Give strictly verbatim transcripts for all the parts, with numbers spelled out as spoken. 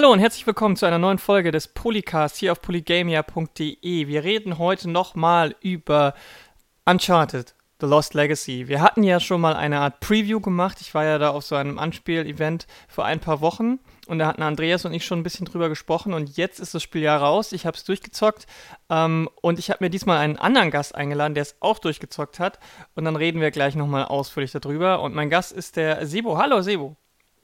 Hallo und herzlich willkommen zu einer neuen Folge des Polycast hier auf polygamia punkt de. Wir reden heute nochmal über Uncharted, The Lost Legacy. Wir hatten ja schon mal eine Art Preview gemacht. Ich war ja da auf so einem Anspiel-Event vor ein paar Wochen und da hatten Andreas und ich schon ein bisschen drüber gesprochen und jetzt ist das Spiel ja raus. Ich habe es durchgezockt ähm, und ich habe mir diesmal einen anderen Gast eingeladen, der es auch durchgezockt hat und dann reden wir gleich nochmal ausführlich darüber. Und mein Gast ist der Sebo. Hallo Sebo.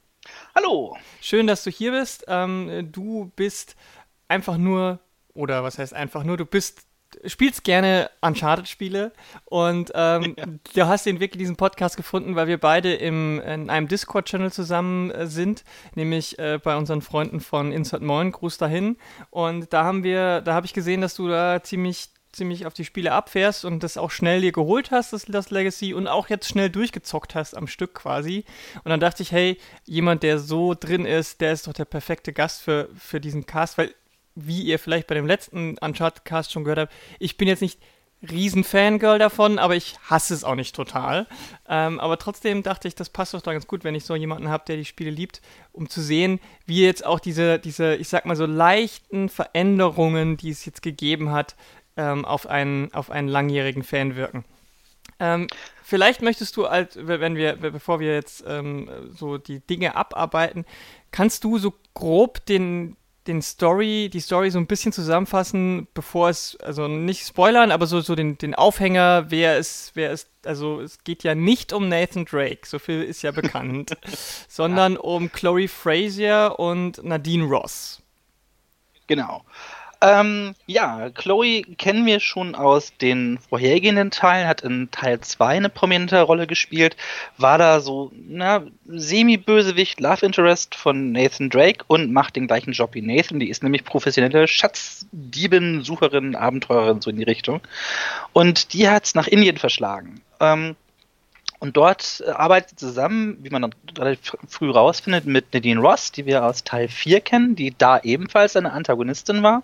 Hallo. Schön, dass du hier bist. Ähm, du bist einfach nur, oder was heißt einfach nur, du bist, spielst gerne Uncharted-Spiele und ähm, Ja. du hast den Weg in diesen Podcast gefunden, weil wir beide im, in einem Discord-Channel zusammen äh, sind, nämlich äh, bei unseren Freunden von Insert Moin, Gruß dahin. Und da haben wir, da habe ich gesehen, dass du da ziemlich ziemlich auf die Spiele abfährst und das auch schnell dir geholt hast, das, das Legacy, und auch jetzt schnell durchgezockt hast am Stück quasi. Und dann dachte ich, hey, jemand, der so drin ist, der ist doch der perfekte Gast für, für diesen Cast, weil, wie ihr vielleicht bei dem letzten Uncharted-Cast schon gehört habt, ich bin jetzt nicht riesen Fangirl davon, aber ich hasse es auch nicht total. Ähm, aber trotzdem dachte ich, das passt doch da ganz gut, wenn ich so jemanden habe, der die Spiele liebt, um zu sehen, wie jetzt auch diese, diese, ich sag mal so leichten Veränderungen, die es jetzt gegeben hat, ähm, auf einen, auf einen langjährigen Fan wirken. Ähm, vielleicht möchtest du, als, wenn wir, bevor wir jetzt ähm, so die Dinge abarbeiten, kannst du so grob den, den Story, die Story so ein bisschen zusammenfassen, bevor es, also nicht spoilern, aber so, so den, den Aufhänger, wer ist, wer ist, also es geht ja nicht um Nathan Drake, so viel ist ja bekannt, Ja, sondern um Chloe Frazier und Nadine Ross. genau. Ähm, ja, Chloe kennen wir schon aus den vorhergehenden Teilen, hat in Teil zwei eine prominente Rolle gespielt, war da so, na, Semi-Bösewicht, Love Interest von Nathan Drake und macht den gleichen Job wie Nathan. Die ist nämlich professionelle Schatzdiebin, Sucherin, Abenteurerin, so in die Richtung. Und die hat's nach Indien verschlagen. Ähm, Und dort äh, arbeitet sie zusammen, wie man dann relativ früh rausfindet, mit Nadine Ross, die wir aus Teil vier kennen, die da ebenfalls eine Antagonistin war.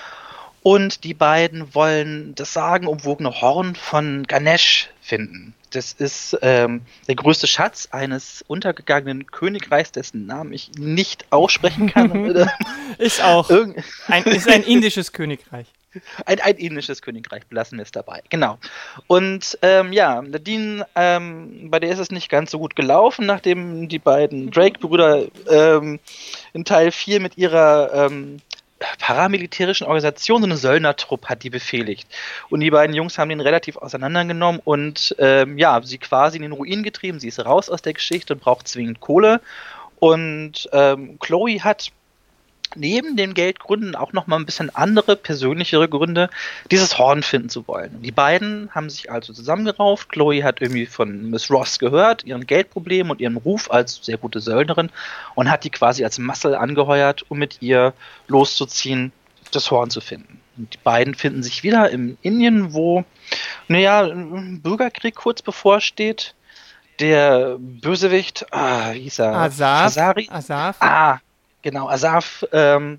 Und die beiden wollen das sagenumwogene Horn von Ganesh finden. Das ist ähm, der größte Schatz eines untergegangenen Königreichs, dessen Namen ich nicht aussprechen kann. Ist auch. Irgend Ein, ist ein indisches Königreich. Ein, ein indisches Königreich, belassen wir es dabei. Genau. Und ähm, ja, Nadine, ähm, bei der ist es nicht ganz so gut gelaufen, nachdem die beiden Drake-Brüder ähm, in Teil vier mit ihrer ähm, paramilitärischen Organisation so eine Söldnertruppe hat die befehligt. Und die beiden Jungs haben den relativ auseinandergenommen und ähm, ja, sie quasi in den Ruin getrieben. Sie ist raus aus der Geschichte und braucht zwingend Kohle. Und ähm, Chloe hat neben den Geldgründen auch noch mal ein bisschen andere, persönlichere Gründe, dieses Horn finden zu wollen. Die beiden haben sich also zusammengerauft. Chloe hat irgendwie von Miss Ross gehört, ihren Geldproblemen und ihrem Ruf als sehr gute Söldnerin und hat die quasi als Muscle angeheuert, um mit ihr loszuziehen, das Horn zu finden. Und die beiden finden sich wieder in Indien, wo, naja, ein Bürgerkrieg kurz bevorsteht. Der Bösewicht, ah, wie hieß er? Asaf, Fasari? Asaf. Ah, genau, Asaf, ähm,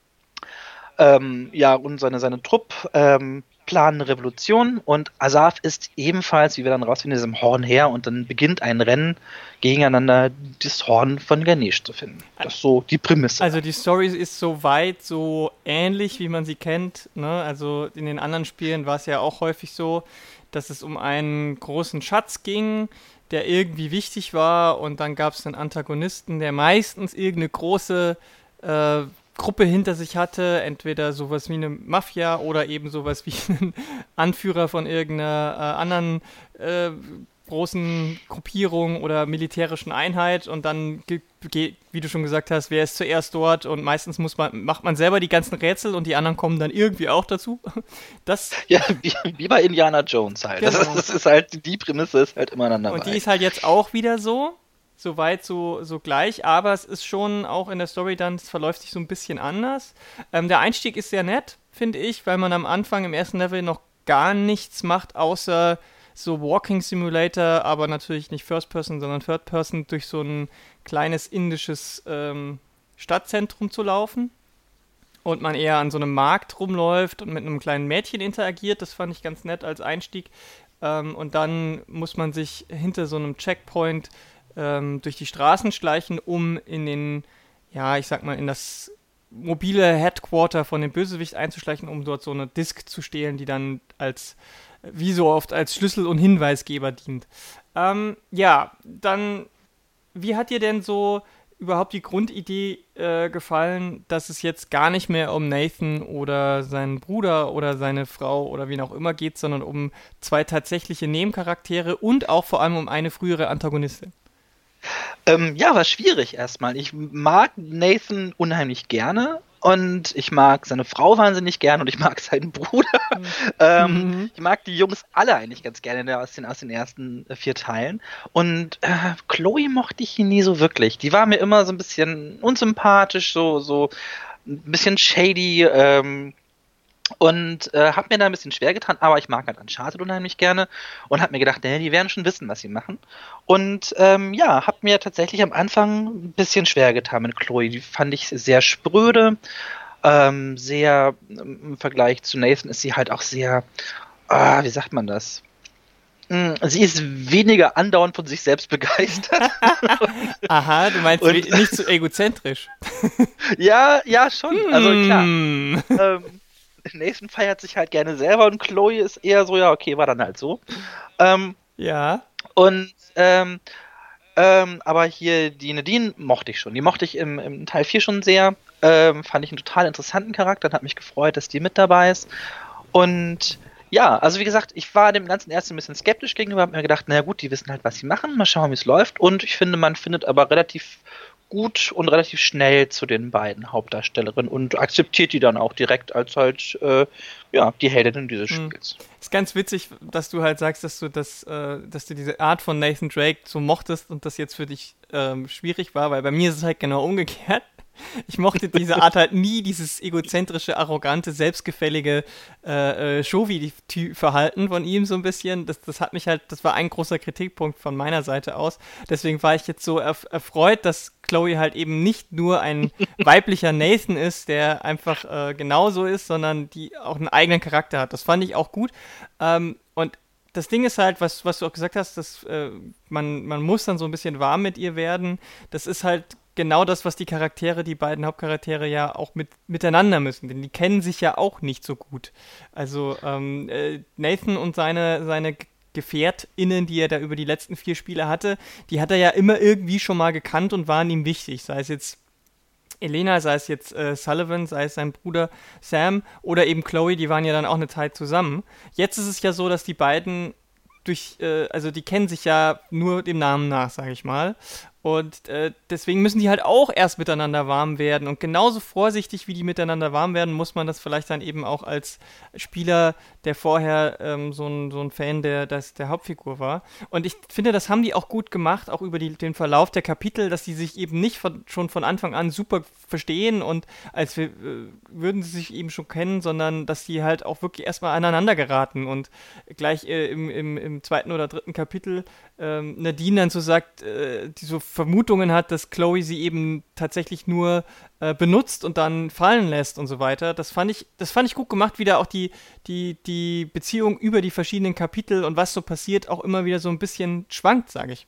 ähm, ja, und seine, seine Trupp ähm, planen eine Revolution und Asaf ist ebenfalls, wie wir dann rausfinden, diesem Horn her und dann beginnt ein Rennen gegeneinander, das Horn von Ganesh zu finden. Das ist so die Prämisse. Also die Story ist so weit, so ähnlich, wie man sie kennt. Ne? Also in den anderen Spielen war es ja auch häufig so, dass es um einen großen Schatz ging, der irgendwie wichtig war und dann gab es einen Antagonisten, der meistens irgendeine große äh, Gruppe hinter sich hatte, entweder sowas wie eine Mafia oder eben sowas wie einen Anführer von irgendeiner äh, anderen äh, großen Gruppierung oder militärischen Einheit und dann, ge- ge- wie du schon gesagt hast, wer ist zuerst dort und meistens muss man, macht man selber die ganzen Rätsel und die anderen kommen dann irgendwie auch dazu. Das, Ja, wie, wie bei Indiana Jones halt. Das, genau. ist, das ist halt, die Prämisse ist halt immer aneinander. Und die ist halt jetzt auch wieder so, so weit, so, so gleich, aber es ist schon auch in der Story dann, es verläuft sich so ein bisschen anders. Ähm, der Einstieg ist sehr nett, finde ich, weil man am Anfang im ersten Level noch gar nichts macht, außer so Walking Simulator, aber natürlich nicht First Person, sondern Third Person, durch so ein kleines indisches ähm, Stadtzentrum zu laufen. Und man eher an so einem Markt rumläuft und mit einem kleinen Mädchen interagiert. Das fand ich ganz nett als Einstieg. Ähm, und dann muss man sich hinter so einem Checkpoint ähm, durch die Straßen schleichen, um in den, ja, ich sag mal, in das mobile Headquarter von dem Bösewicht einzuschleichen, um dort so eine Disk zu stehlen, die dann als, wie so oft, als Schlüssel- und Hinweisgeber dient. Ähm, ja, dann, wie hat dir denn so überhaupt die Grundidee äh, gefallen, dass es jetzt gar nicht mehr um Nathan oder seinen Bruder oder seine Frau oder wen auch immer geht, sondern um zwei tatsächliche Nebencharaktere und auch vor allem um eine frühere Antagonistin? Ähm, ja, war schwierig erstmal. Ich mag Nathan unheimlich gerne und ich mag seine Frau wahnsinnig gerne und ich mag seinen Bruder. Mhm. ähm, ich mag die Jungs alle eigentlich ganz gerne aus den, aus den ersten vier Teilen. Und äh, Chloe mochte ich nie so wirklich. Die war mir immer so ein bisschen unsympathisch, so, so ein bisschen shady, ähm, und äh, hab mir da ein bisschen schwer getan, aber ich mag halt Uncharted unheimlich gerne und hab mir gedacht, nee, die werden schon wissen, was sie machen. Und ähm, ja, hab mir tatsächlich am Anfang ein bisschen schwer getan mit Chloe. Die fand ich sehr spröde, ähm, sehr, im Vergleich zu Nathan ist sie halt auch sehr, ah, wie sagt man das? Sie ist weniger andauernd von sich selbst begeistert. Aha, du meinst und, nicht so egozentrisch. Ja, ja, schon. Also klar. ähm, Nathan feiert sich halt gerne selber und Chloe ist eher so, ja, okay, war dann halt so. Ähm, ja. Und, ähm, ähm, aber hier die Nadine mochte ich schon. Die mochte ich im, im Teil vier schon sehr. Ähm, fand ich einen total interessanten Charakter und hat mich gefreut, dass die mit dabei ist. Und ja, also wie gesagt, ich war dem Ganzen erst ein bisschen skeptisch gegenüber, hab mir gedacht, naja gut, die wissen halt, was sie machen, mal schauen, wie es läuft. Und ich finde, man findet aber relativ gut und relativ schnell zu den beiden Hauptdarstellerinnen und akzeptiert die dann auch direkt als halt äh, ja, die Heldinnen dieses Spiels. Mhm. Ist ganz witzig, dass du halt sagst, dass du das, äh, dass du diese Art von Nathan Drake so mochtest und das jetzt für dich ähm, schwierig war, weil bei mir ist es halt genau umgekehrt. Ich mochte diese Art halt nie, dieses egozentrische, arrogante, selbstgefällige äh, äh, Shovi-Verhalten von ihm so ein bisschen. Das, das hat mich halt, das war ein großer Kritikpunkt von meiner Seite aus. Deswegen war ich jetzt so erf- erfreut, dass Chloe halt eben nicht nur ein weiblicher Nathan ist, der einfach äh, genauso ist, sondern die auch einen eigenen Charakter hat. Das fand ich auch gut. Ähm, und das Ding ist halt, was, was du auch gesagt hast, dass äh, man, man muss dann so ein bisschen warm mit ihr werden. Das ist halt genau das, was die Charaktere, die beiden Hauptcharaktere ja auch mit, miteinander müssen, denn die kennen sich ja auch nicht so gut. Also ähm, äh, Nathan und seine, seine GefährtInnen, die er da über die letzten vier Spiele hatte, die hat er ja immer irgendwie schon mal gekannt und waren ihm wichtig, sei es jetzt Elena, sei es jetzt äh, Sullivan, sei es sein Bruder Sam oder eben Chloe, die waren ja dann auch eine Zeit zusammen. Jetzt ist es ja so, dass die beiden durch, äh, also die kennen sich ja nur dem Namen nach, sage ich mal. Und äh, deswegen müssen die halt auch erst miteinander warm werden. Und genauso vorsichtig, wie die miteinander warm werden, muss man das vielleicht dann eben auch als Spieler, der vorher ähm, so, ein, so ein Fan der, des, der Hauptfigur war. Und ich finde, das haben die auch gut gemacht, auch über die, den Verlauf der Kapitel, dass die sich eben nicht von, schon von Anfang an super verstehen und als wir, äh, würden sie sich eben schon kennen, sondern dass die halt auch wirklich erstmal aneinander geraten. Und gleich äh, im, im, im zweiten oder dritten Kapitel ähm, Nadine dann so sagt, äh, die so Vermutungen hat, dass Chloe sie eben tatsächlich nur äh, benutzt und dann fallen lässt und so weiter. Das fand ich, das fand ich gut gemacht, wie da auch die, die, die Beziehung über die verschiedenen Kapitel und was so passiert auch immer wieder so ein bisschen schwankt, sage ich.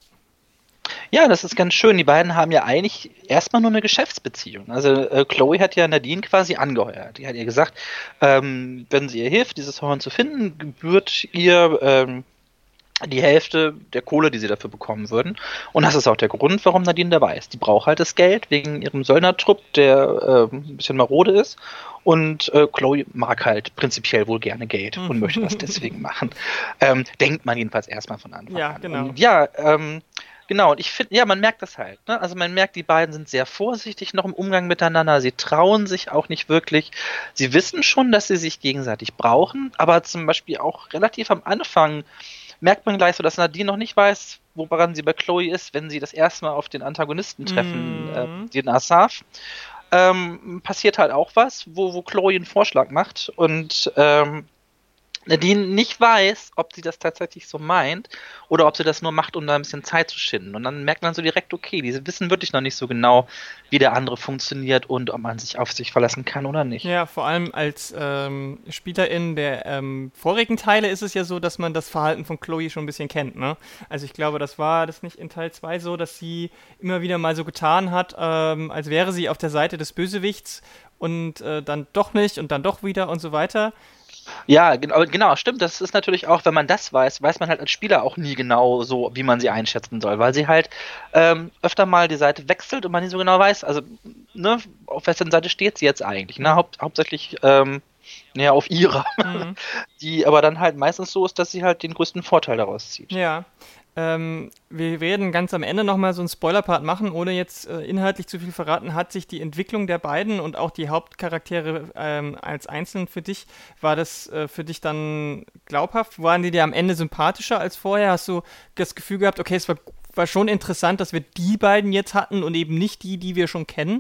Ja, das ist ganz schön. Die beiden haben ja eigentlich erstmal nur eine Geschäftsbeziehung. Also äh, Chloe hat ja Nadine quasi angeheuert. Die hat ihr gesagt, ähm, wenn sie ihr hilft, dieses Horn zu finden, gebührt ihr ähm, die Hälfte der Kohle, die sie dafür bekommen würden. Und das ist auch der Grund, warum Nadine dabei ist. Die braucht halt das Geld wegen ihrem Söldnertrupp, der äh, ein bisschen marode ist. Und äh, Chloe mag halt prinzipiell wohl gerne Geld und möchte das deswegen machen. Ähm, denkt man jedenfalls erstmal von Anfang ja, an. Genau. Und ja, ähm, genau. Und ich finde, ja, man merkt das halt. Ne? Also man merkt, die beiden sind sehr vorsichtig noch im Umgang miteinander. Sie trauen sich auch nicht wirklich. Sie wissen schon, dass sie sich gegenseitig brauchen. Aber zum Beispiel auch relativ am Anfang merkt man gleich so, dass Nadine noch nicht weiß, woran sie bei Chloe ist, wenn sie das erste Mal auf den Antagonisten treffen, mm. äh, den Asaf. Ähm, passiert halt auch was, wo, wo Chloe einen Vorschlag macht und ähm, Nadine nicht weiß, ob sie das tatsächlich so meint oder ob sie das nur macht, um da ein bisschen Zeit zu schinden. Und dann merkt man so direkt, okay, die wissen wirklich noch nicht so genau, wie der andere funktioniert und ob man sich auf sich verlassen kann oder nicht. Ja, vor allem als ähm, Spielerin der ähm, vorigen Teile ist es ja so, dass man das Verhalten von Chloe schon ein bisschen kennt, ne? Also ich glaube, das war das nicht in Teil zwei so, dass sie immer wieder mal so getan hat, ähm, als wäre sie auf der Seite des Bösewichts und äh, dann doch nicht und dann doch wieder und so weiter. Ja, genau, genau, stimmt. Das ist natürlich auch, wenn man das weiß, weiß man halt als Spieler auch nie genau so, wie man sie einschätzen soll, weil sie halt ähm, öfter mal die Seite wechselt und man nicht so genau weiß, also, ne, auf wessen Seite steht sie jetzt eigentlich, ne, Haupt, hauptsächlich, ähm, ja, auf ihrer, Mhm. die aber dann halt meistens so ist, dass sie halt den größten Vorteil daraus zieht. Ja. Ähm, wir werden ganz am Ende nochmal so einen Spoiler-Part machen, ohne jetzt äh, inhaltlich zu viel verraten. Hat sich die Entwicklung der beiden und auch die Hauptcharaktere ähm, als einzeln für dich, war das äh, für dich dann glaubhaft? Waren die dir am Ende sympathischer als vorher? Hast du das Gefühl gehabt, okay, es war, war schon interessant, dass wir die beiden jetzt hatten und eben nicht die, die wir schon kennen?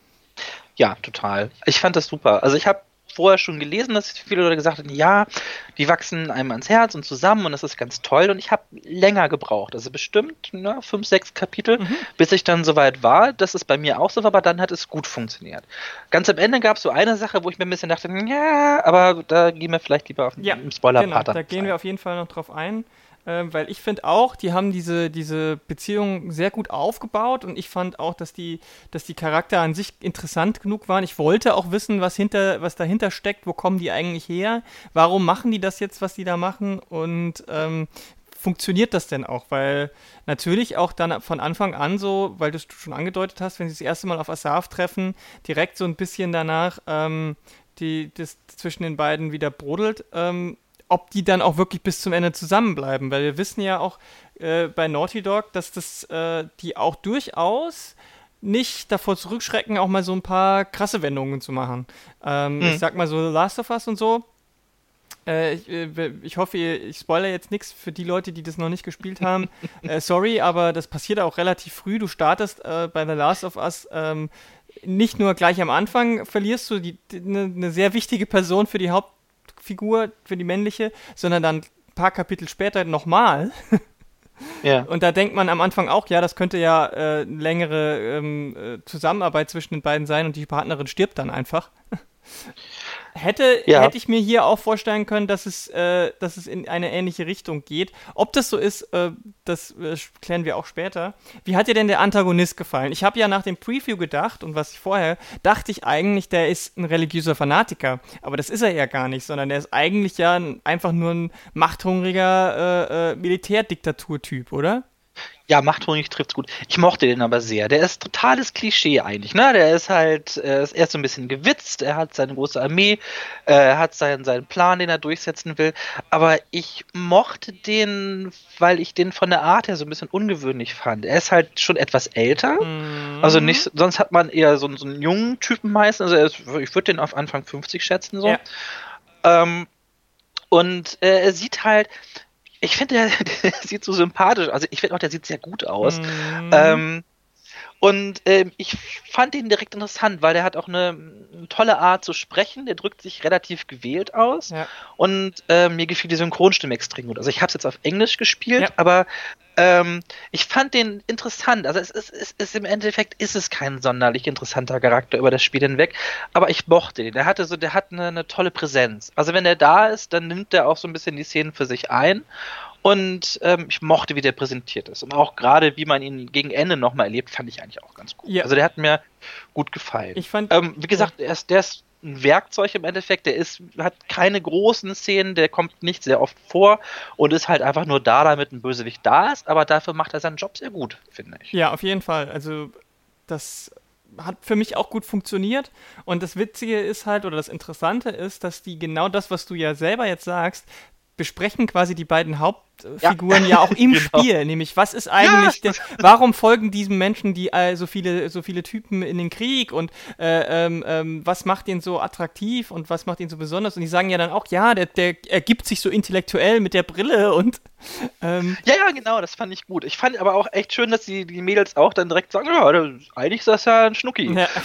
Ja, total. Ich fand das super. Also ich habe vorher schon gelesen, dass viele Leute gesagt haben, ja, die wachsen einem ans Herz und zusammen und das ist ganz toll. Und ich habe länger gebraucht, also bestimmt ne, fünf, sechs Kapitel, Mhm. bis ich dann soweit war, dass es bei mir auch so war, aber dann hat es gut funktioniert. Ganz am Ende gab es so eine Sache, wo ich mir ein bisschen dachte, ja, aber da gehen wir vielleicht lieber auf Ja, den Spoiler-Part. genau, da gehen wir auf jeden Fall noch drauf ein. Ähm, weil ich finde auch, die haben diese, diese Beziehung sehr gut aufgebaut und ich fand auch, dass die, dass die Charakter an sich interessant genug waren. Ich wollte auch wissen, was hinter, was dahinter steckt, wo kommen die eigentlich her, warum machen die das jetzt, was die da machen und ähm, funktioniert das denn auch? Weil natürlich auch dann von Anfang an so, weil du es schon angedeutet hast, wenn sie das erste Mal auf Asaf treffen, direkt so ein bisschen danach ähm, die, das zwischen den beiden wieder brodelt, ähm, ob die dann auch wirklich bis zum Ende zusammenbleiben, weil wir wissen ja auch äh, bei Naughty Dog, dass das äh, die auch durchaus nicht davor zurückschrecken, auch mal so ein paar krasse Wendungen zu machen. Ähm, Hm. Ich sag mal so The Last of Us und so. Äh, ich, äh, ich hoffe, ich spoilere jetzt nichts für die Leute, die das noch nicht gespielt haben. äh, sorry, aber das passiert auch relativ früh. Du startest äh, bei The Last of Us ähm, nicht nur gleich am Anfang verlierst du eine ne sehr wichtige Person für die Hauptfigur, für die männliche, sondern dann ein paar Kapitel später nochmal. Ja. Und da denkt man am Anfang auch, ja, das könnte ja äh, eine längere ähm, äh, Zusammenarbeit zwischen den beiden sein und die Partnerin stirbt dann einfach. Hätte, Ja. hätte ich mir hier auch vorstellen können, dass es, äh, dass es in eine ähnliche Richtung geht. Ob das so ist, äh, das äh, klären wir auch später. Wie hat dir denn der Antagonist gefallen? Ich habe ja nach dem Preview gedacht, und was ich vorher, dachte ich eigentlich, der ist ein religiöser Fanatiker. Aber das ist er ja gar nicht, sondern der ist eigentlich ja ein, einfach nur ein machthungriger äh, äh, Militärdiktaturtyp, oder? Ja, Machthungrig trifft's gut. Ich mochte den aber sehr. Der ist totales Klischee eigentlich, ne? Der ist halt, äh, ist erst so ein bisschen gewitzt, er hat seine große Armee, äh, er hat seinen, seinen Plan, den er durchsetzen will. Aber ich mochte den, weil ich den von der Art her so ein bisschen ungewöhnlich fand. Er ist halt schon etwas älter. Mhm. Also nicht, sonst hat man eher so, so einen jungen Typen meistens. Also er ist, ich würde den auf Anfang fünfzig schätzen, so. Ja. Ähm, und äh, er sieht halt, ich finde, der, der sieht so sympathisch, also ich finde auch, der sieht sehr gut aus. Mhm. Ähm, und ähm, ich fand ihn direkt interessant, weil der hat auch eine, eine tolle Art zu sprechen, der drückt sich relativ gewählt aus Ja. und äh, mir gefiel die Synchronstimme extrem gut. Also ich habe es jetzt auf Englisch gespielt, Ja. aber ähm, ich fand den interessant. Also es ist, es ist im Endeffekt ist es kein sonderlich interessanter Charakter über das Spiel hinweg, aber ich mochte den. Der hatte so, der hat eine, eine tolle Präsenz. Also wenn er da ist, dann nimmt er auch so ein bisschen die Szenen für sich ein. Und ähm, ich mochte, wie der präsentiert ist. Und auch gerade, wie man ihn gegen Ende nochmal erlebt, fand ich eigentlich auch ganz gut. Ja. Also der hat mir gut gefallen. Ich fand, ähm, wie gesagt, der ist, der ist ein Werkzeug im Endeffekt. Der ist, hat keine großen Szenen, der kommt nicht sehr oft vor und ist halt einfach nur da, damit ein Bösewicht da ist. Aber dafür macht er seinen Job sehr gut, finde ich. ja, auf jeden Fall. Also das hat für mich auch gut funktioniert. Und das Witzige ist halt, oder das Interessante ist, dass die genau das, was du ja selber jetzt sagst, besprechen quasi die beiden Hauptfiguren ja, ja auch im Genau. Spiel, nämlich was ist eigentlich, ja, der, warum folgen diesem Menschen die äh, so viele so viele Typen in den Krieg und äh, ähm, ähm, was macht ihn so attraktiv und was macht ihn so besonders und die sagen ja dann auch, ja, der, der ergibt sich so intellektuell mit der Brille und ähm, ja, ja, genau, das fand ich gut. Ich fand aber auch echt schön, dass die, die Mädels auch dann direkt sagen, ja, das, eigentlich ist das ja ein Schnucki. Ja.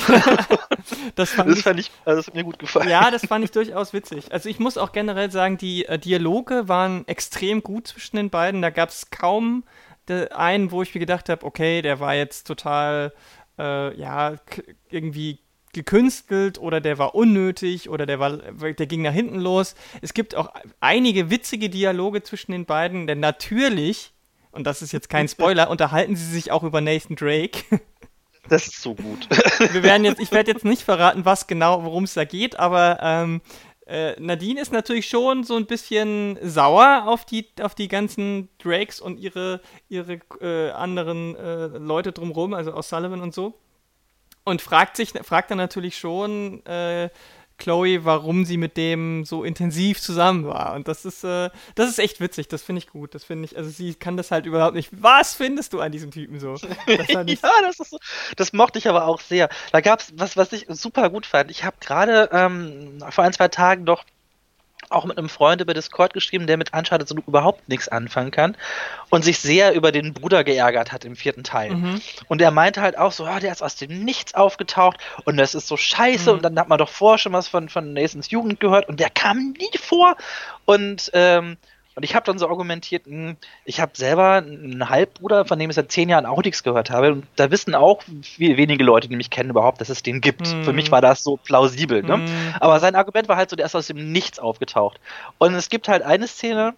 das fand das ich, fand ich, also das hat mir gut gefallen. Ja, das fand ich durchaus witzig. Also ich muss auch generell sagen, die äh, Dialoge waren extrem gut zwischen den beiden. Da gab es kaum de, einen, wo ich mir gedacht habe, okay, der war jetzt total, äh, ja, k- irgendwie gekünstelt oder der war unnötig oder der war, der ging nach hinten los. Es gibt auch einige witzige Dialoge zwischen den beiden, denn natürlich, und das ist jetzt kein Spoiler, unterhalten sie sich auch über Nathan Drake. Das ist so gut. Wir werden jetzt, ich werde jetzt nicht verraten, was genau, worum es da geht, aber ähm, äh, Nadine ist natürlich schon so ein bisschen sauer auf die, auf die ganzen Drakes und ihre, ihre äh, anderen äh, Leute drumherum, also aus Sullivan und so. Und fragt sich, fragt dann natürlich schon äh, Chloe, warum sie mit dem so intensiv zusammen war. Und das ist, äh, das ist echt witzig, das finde ich gut. Das finde ich, also sie kann das halt überhaupt nicht. Was findest du an diesem Typen so? Das ja, das ist so, das mochte ich aber auch sehr. Da gab es was, was ich super gut fand. Ich habe gerade ähm, vor ein, zwei Tagen noch auch mit einem Freund über Discord geschrieben, der mit Uncharted so überhaupt nichts anfangen kann und sich sehr über den Bruder geärgert hat im vierten Teil. Mhm. Und er meinte halt auch so, oh, der ist aus dem Nichts aufgetaucht und das ist so scheiße. Mhm. Und dann hat man doch vorher schon was von, von Nathans Jugend gehört und der kam nie vor. Und ähm, Und ich habe dann so argumentiert, mh, ich habe selber einen Halbbruder, von dem ich seit zehn Jahren auch nichts gehört habe. Und da wissen auch viel, wenige Leute, die mich kennen, überhaupt, dass es den gibt. Mm. Für mich war das so plausibel. Ne? Mm. Aber sein Argument war halt so, der ist aus dem Nichts aufgetaucht. Und es gibt halt eine Szene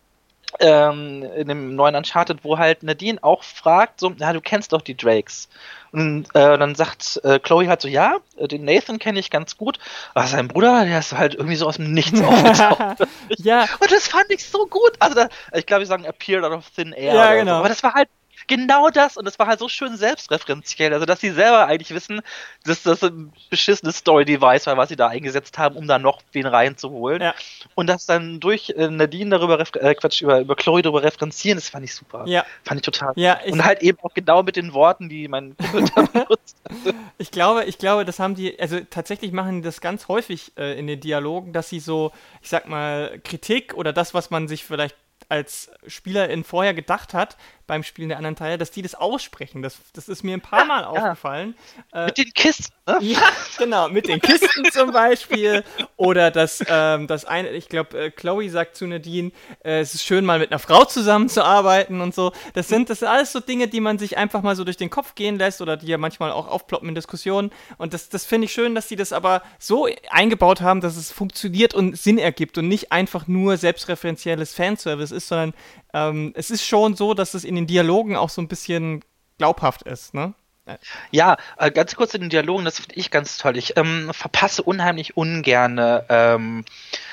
ähm, in dem neuen Uncharted, wo halt Nadine auch fragt, so, ja, du kennst doch die Drakes. Und äh, dann sagt äh, Chloe halt so, ja, den Nathan kenne ich ganz gut, aber sein Bruder, der ist halt irgendwie so aus dem Nichts aufgetaucht. Ja. Und das fand ich so gut. Also da, ich glaube, ich sagen appeared out of thin air. Ja, genau. So. Aber das war halt genau das und das war halt so schön selbstreferenziell, also dass sie selber eigentlich wissen, dass das ein beschissenes Story-Device war, was sie da eingesetzt haben, um da noch wen reinzuholen. Ja. Und das dann durch äh, Nadine darüber, äh, Quatsch, über, über Chloe darüber referenzieren, das fand ich super. Ja. Fand ich total. Ja, ich und halt eben auch genau mit den Worten, die mein Kumpel da benutzt hat. Ich glaube, ich glaube, das haben die, also tatsächlich machen die das ganz häufig äh, in den Dialogen, dass sie so, ich sag mal, Kritik oder das, was man sich vielleicht als Spielerin vorher gedacht hat, beim Spielen der anderen Teile, dass die das aussprechen. Das, das ist mir ein paar Mal ja, aufgefallen. Ja. Äh, mit den Kisten, ne? Ja, genau, mit den Kisten zum Beispiel. Oder dass ähm, das eine, ich glaube, äh, Chloe sagt zu Nadine, äh, es ist schön, mal mit einer Frau zusammenzuarbeiten und so. Das sind, das sind alles so Dinge, die man sich einfach mal so durch den Kopf gehen lässt oder die ja manchmal auch aufploppen in Diskussionen. Und das, das finde ich schön, dass die das aber so eingebaut haben, dass es funktioniert und Sinn ergibt und nicht einfach nur selbstreferenzielles Fanservice ist, sondern ähm, es ist schon so, dass es in den Dialogen auch so ein bisschen glaubhaft ist, ne? Ja, äh, ganz kurz in den Dialogen, das finde ich ganz toll. Ich ähm, verpasse unheimlich ungerne ähm,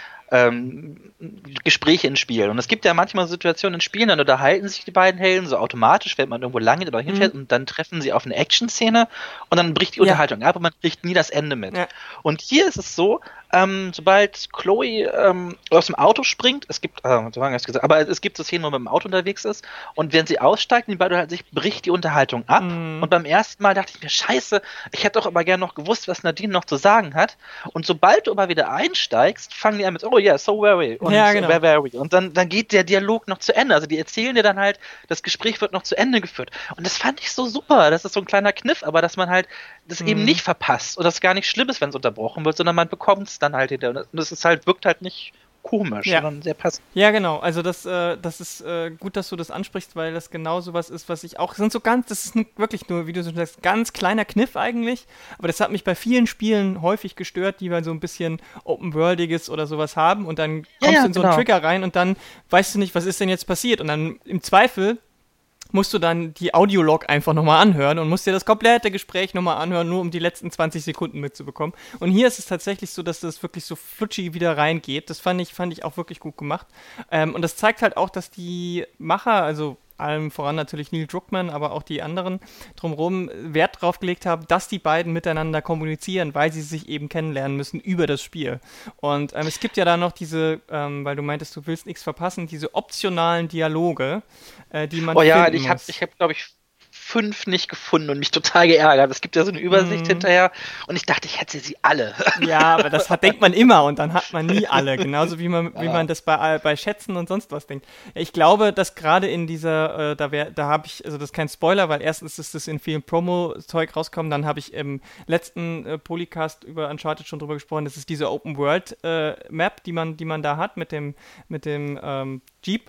ähm, Gespräche in Spielen. Und es gibt ja manchmal Situationen in Spielen, dann unterhalten sich die beiden Helden so automatisch, wenn man irgendwo lange oder hinfährt mhm. und dann treffen sie auf eine Action-Szene und dann bricht die ja. Unterhaltung ab und man kriegt nie das Ende mit. Ja. Und hier ist es so, ähm, sobald Chloe ähm, aus dem Auto springt, es gibt, äh, gesagt, aber es gibt so Szenen, wo man mit dem Auto unterwegs ist und wenn sie aussteigt, die beiden halt sich, bricht die Unterhaltung ab. Mhm. Und beim ersten Mal dachte ich mir, scheiße, ich hätte doch aber gerne noch gewusst, was Nadine noch zu sagen hat. Und sobald du aber wieder einsteigst, fangen die an mit, oh yeah, so very. Und, ja, genau. where were we? Und dann, dann geht der Dialog noch zu Ende. Also die erzählen dir dann halt, das Gespräch wird noch zu Ende geführt. Und das fand ich so super. Das ist so ein kleiner Kniff, aber dass man halt das mhm. eben nicht verpasst und das gar nicht schlimm ist, wenn es unterbrochen wird, sondern man bekommt es dann halt hinterher. Und das ist halt, wirkt halt nicht komisch, ja. sondern sehr passend. Ja, genau. Also das, äh, das ist äh, gut, dass du das ansprichst, weil das genau sowas ist, was ich auch, sind so ganz, das ist wirklich nur, wie du so sagst, ganz kleiner Kniff eigentlich, aber das hat mich bei vielen Spielen häufig gestört, die mal so ein bisschen Open-Worldiges oder sowas haben und dann kommst ja, ja, du in so einen genau. Trigger rein und dann weißt du nicht, was ist denn jetzt passiert und dann im Zweifel musst du dann die Audiolog einfach nochmal anhören und musst dir das komplette Gespräch nochmal anhören, nur um die letzten zwanzig Sekunden mitzubekommen. Und hier ist es tatsächlich so, dass das wirklich so flutschig wieder reingeht. Das fand ich, fand ich auch wirklich gut gemacht. Ähm, und das zeigt halt auch, dass die Macher, also allem voran natürlich Neil Druckmann, aber auch die anderen drumherum Wert drauf gelegt haben, dass die beiden miteinander kommunizieren, weil sie sich eben kennenlernen müssen über das Spiel. Und ähm, es gibt ja da noch diese, ähm, weil du meintest, du willst nichts verpassen, diese optionalen Dialoge, äh, die man Oh ja, finden ich habe, muss. ich habe, glaube ich, fünf nicht gefunden und mich total geärgert. Es gibt ja so eine Übersicht mm. hinterher und ich dachte, ich hätte sie alle. Ja, aber das hat, denkt man immer und dann hat man nie alle. Genauso wie man, ja. wie man das bei, bei Schätzen und sonst was denkt. Ich glaube, dass gerade in dieser, äh, da, wär, da habe ich, also das ist kein Spoiler, weil erstens ist das in vielen Promo-Zeug rausgekommen, dann habe ich im letzten äh, Polycast über Uncharted schon drüber gesprochen, das ist diese Open-World-Map, äh, die man, die man da hat mit dem, mit dem ähm, Jeep.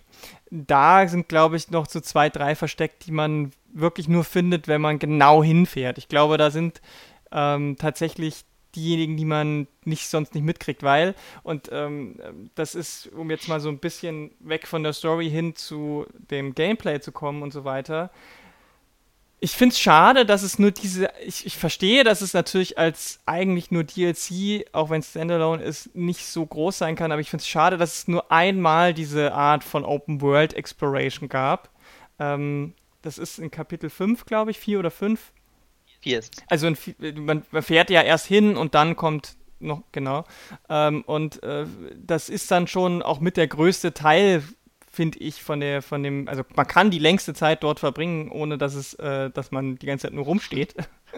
Da sind, glaube ich, noch so zwei, drei versteckt, die man wirklich nur findet, wenn man genau hinfährt. Ich glaube, da sind ähm, tatsächlich diejenigen, die man nicht sonst nicht mitkriegt, weil, und ähm, das ist, um jetzt mal so ein bisschen weg von der Story hin zu dem Gameplay zu kommen und so weiter, Ich finde es schade, dass es nur diese, ich, ich verstehe, dass es natürlich als eigentlich nur D L C, auch wenn es Standalone ist, nicht so groß sein kann, aber ich finde es schade, dass es nur einmal diese Art von Open World Exploration gab. Ähm, das ist in Kapitel fünf, glaube ich, vier oder fünf. Vier ist. Also in, man, man fährt ja erst hin und dann kommt noch, genau. Ähm, und äh, das ist dann schon auch mit der größte Teil, finde ich, von der, von dem, also man kann die längste Zeit dort verbringen, ohne dass es, äh, dass man die ganze Zeit nur rumsteht.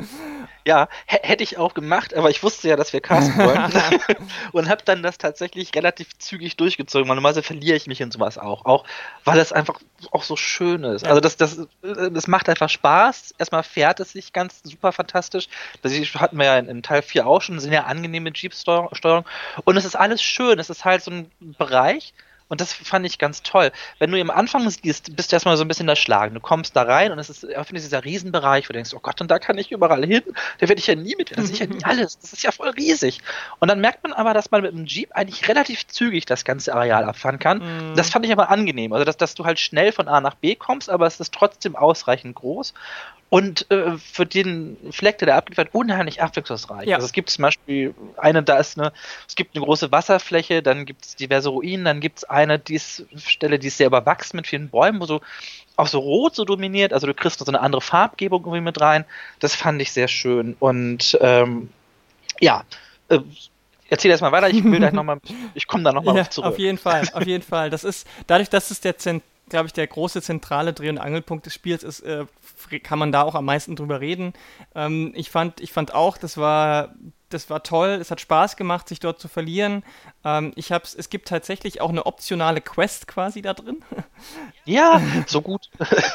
Ja, h- hätte ich auch gemacht, aber ich wusste ja, dass wir casten wollen und habe dann das tatsächlich relativ zügig durchgezogen. Normalerweise verliere ich mich in sowas auch, auch weil es einfach auch so schön ist. Ja. Also das, das, das macht einfach Spaß. Erstmal fährt es sich ganz super fantastisch. Das hatten wir ja in, in Teil vier auch schon, eine sehr angenehme Jeep-Steuerung und es ist alles schön. Es ist halt so ein Bereich. Und das fand ich ganz toll. Wenn du am Anfang siehst, bist du erstmal so ein bisschen erschlagen. Du kommst da rein und es ist, ich finde, dieser Riesenbereich, wo du denkst, oh Gott, und da kann ich überall hin. Da werde ich ja nie mit, das ist ja nie alles. Das ist ja voll riesig. Und dann merkt man aber, dass man mit dem Jeep eigentlich relativ zügig das ganze Areal abfahren kann. Mm. Das fand ich aber angenehm. Also, dass, dass du halt schnell von A nach B kommst, aber es ist trotzdem ausreichend groß. Und äh, für den Fleck, der da abgeliefert wird, unheimlich abwechslungsreich. Ja. Also es gibt zum Beispiel eine, da ist eine, es gibt eine große Wasserfläche, dann gibt es diverse Ruinen, dann gibt es eine die ist, Stelle, die ist sehr überwachsen mit vielen Bäumen, wo so auch so rot so dominiert, also du kriegst so eine andere Farbgebung irgendwie mit rein. Das fand ich sehr schön. Und ähm, ja, äh, erzähl erst mal weiter, ich will gleich nochmal, ich komme da nochmal ja, zurück. Auf jeden Fall, auf jeden Fall. Das ist, dadurch, dass es der Zent glaube ich, der große zentrale Dreh- und Angelpunkt des Spiels ist, äh, kann man da auch am meisten drüber reden. Ähm, ich fand, ich fand auch, das war, das war toll, es hat Spaß gemacht, sich dort zu verlieren. Ähm, ich hab's, es gibt tatsächlich auch eine optionale Quest quasi da drin. Ja, so gut.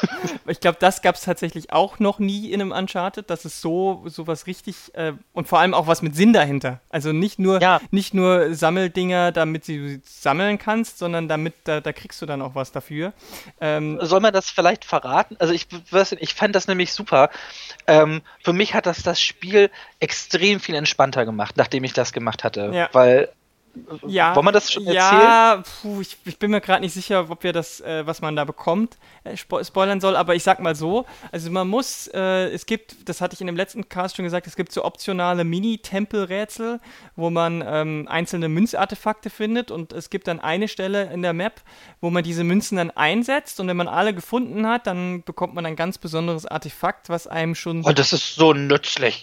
Ich glaube, das gab es tatsächlich auch noch nie in einem Uncharted. Das ist so sowas richtig äh, und vor allem auch was mit Sinn dahinter. Also nicht nur, ja. nicht nur Sammeldinger, damit du sie sammeln kannst, sondern damit, da, da kriegst du dann auch was dafür. Ähm, Soll man das vielleicht verraten? Also ich, ich fand das nämlich super. Ähm, für mich hat das das Spiel extrem viel entspannter gemacht, nachdem ich das gemacht hatte. Ja. Weil Ja, wollen wir das schon erzählen? Ja, puh, ich, ich bin mir gerade nicht sicher, ob wir das, äh, was man da bekommt, äh, spo- spoilern soll, aber ich sag mal so, also man muss, äh, es gibt, das hatte ich in dem letzten Cast schon gesagt, es gibt so optionale Mini-Tempel-Rätsel, wo man ähm, einzelne Münzartefakte findet und es gibt dann eine Stelle in der Map, wo man diese Münzen dann einsetzt und wenn man alle gefunden hat, dann bekommt man ein ganz besonderes Artefakt, was einem schon... Oh, das ist so nützlich.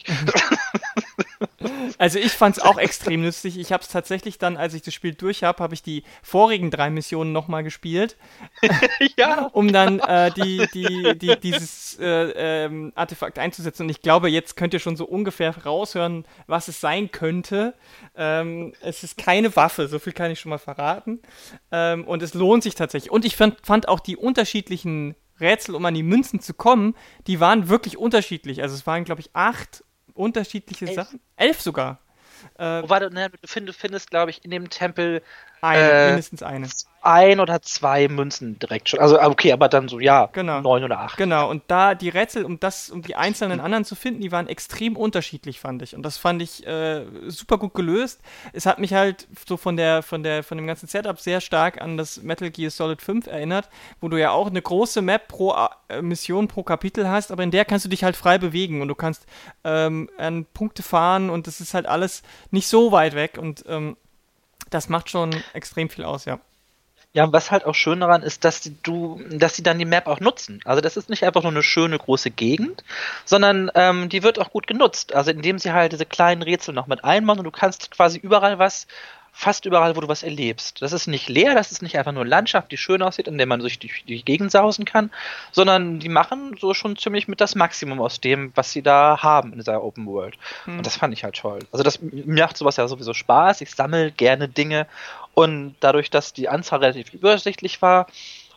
Also ich fand es auch extrem nützlich. Ich habe es tatsächlich dann, als ich das Spiel durch habe, habe ich die vorigen drei Missionen nochmal gespielt, ja. um dann äh, die, die, die, dieses äh, ähm, Artefakt einzusetzen. Und ich glaube, jetzt könnt ihr schon so ungefähr raushören, was es sein könnte. Ähm, es ist keine Waffe, so viel kann ich schon mal verraten. Ähm, und es lohnt sich tatsächlich. Und ich fand, fand auch die unterschiedlichen Rätsel, um an die Münzen zu kommen, die waren wirklich unterschiedlich. Also es waren, glaube ich, acht unterschiedliche Elf. Sachen. Elf sogar. Äh, oh, warte, ne, du findest, findest glaube ich, in dem Tempel eine, äh, mindestens eine. Ein oder zwei Münzen direkt schon. Also okay, aber dann so, ja, genau. neun oder acht. Genau, und da die Rätsel, um das, um die einzelnen anderen zu finden, die waren extrem unterschiedlich, fand ich. Und das fand ich äh, super gut gelöst. Es hat mich halt so von der, von der, von dem ganzen Setup sehr stark an das Metal Gear Solid fünf erinnert, wo du ja auch eine große Map pro äh, Mission, pro Kapitel hast, aber in der kannst du dich halt frei bewegen und du kannst ähm, an Punkte fahren und das ist halt alles nicht so weit weg und ähm, das macht schon extrem viel aus, ja. Ja, und was halt auch schön daran ist, dass die, du, dass sie dann die Map auch nutzen. Also das ist nicht einfach nur eine schöne große Gegend, sondern ähm, die wird auch gut genutzt. Also indem sie halt diese kleinen Rätsel noch mit einbauen und du kannst quasi überall was, fast überall, wo du was erlebst. Das ist nicht leer, das ist nicht einfach nur Landschaft, die schön aussieht, in der man durch die, die Gegend sausen kann, sondern die machen so schon ziemlich mit das Maximum aus dem, was sie da haben in dieser Open World. Hm. Und das fand ich halt toll. Also das mir macht sowas ja sowieso Spaß. Ich sammle gerne Dinge und dadurch, dass die Anzahl relativ übersichtlich war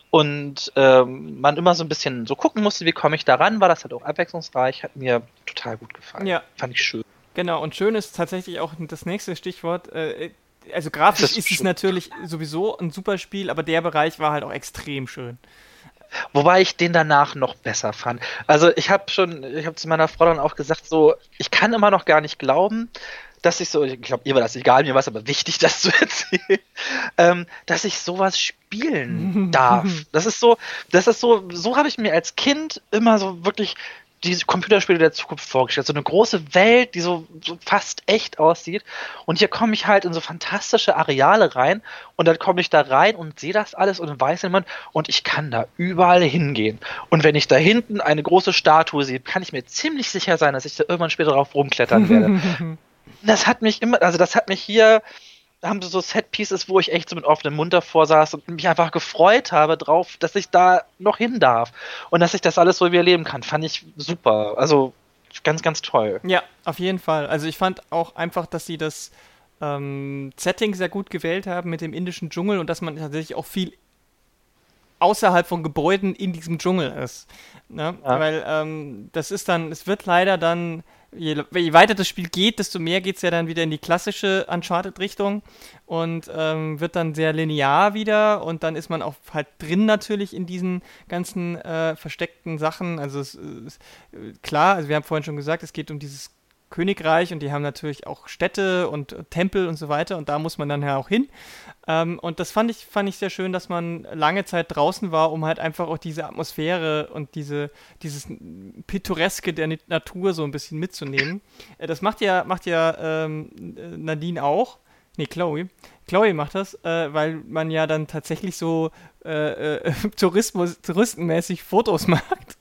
und ähm, man immer so ein bisschen so gucken musste, wie komme ich da ran, war das halt auch abwechslungsreich, hat mir total gut gefallen. Ja. Fand ich schön. Genau, und schön ist tatsächlich auch das nächste Stichwort, äh, also grafisch ist, ist es natürlich sowieso ein super Spiel, aber der Bereich war halt auch extrem schön. Wobei ich den danach noch besser fand. Also ich habe schon, ich habe zu meiner Frau dann auch gesagt, so, ich kann immer noch gar nicht glauben, dass ich so, ich glaube, ihr war das egal, mir war es aber wichtig, das zu erzählen, ähm, dass ich sowas spielen darf. Das ist so, das ist so, so habe ich mir als Kind immer so wirklich diese Computerspiele der Zukunft vorgestellt. So eine große Welt, die so, so fast echt aussieht. Und hier komme ich halt in so fantastische Areale rein und dann komme ich da rein und sehe das alles und weiß jemand und ich kann da überall hingehen. Und wenn ich da hinten eine große Statue sehe, kann ich mir ziemlich sicher sein, dass ich da irgendwann später drauf rumklettern werde. Das hat mich immer, also das hat mich hier, da haben sie so Set-Pieces, wo ich echt so mit offenem Mund davor saß und mich einfach gefreut habe drauf, dass ich da noch hin darf und dass ich das alles so überleben kann. Fand ich super. Also ganz, ganz toll. Ja, auf jeden Fall. Also ich fand auch einfach, dass sie das ähm, Setting sehr gut gewählt haben mit dem indischen Dschungel und dass man tatsächlich auch viel außerhalb von Gebäuden in diesem Dschungel ist. Ne? Ja. Weil ähm, das ist dann, es wird leider dann, je, je weiter das Spiel geht, desto mehr geht es ja dann wieder in die klassische Uncharted-Richtung und ähm, wird dann sehr linear wieder und dann ist man auch halt drin natürlich in diesen ganzen äh, versteckten Sachen. Also es ist klar, also wir haben vorhin schon gesagt, es geht um dieses Königreich und die haben natürlich auch Städte und Tempel und so weiter und da muss man dann ja auch hin. Ähm, und das fand ich, fand ich sehr schön, dass man lange Zeit draußen war, um halt einfach auch diese Atmosphäre und diese, dieses Pittoreske der Natur so ein bisschen mitzunehmen. Äh, das macht ja, macht ja ähm, Nadine auch. Nee, Chloe. Chloe macht das, äh, weil man ja dann tatsächlich so äh, äh, Tourismus, touristenmäßig Fotos macht.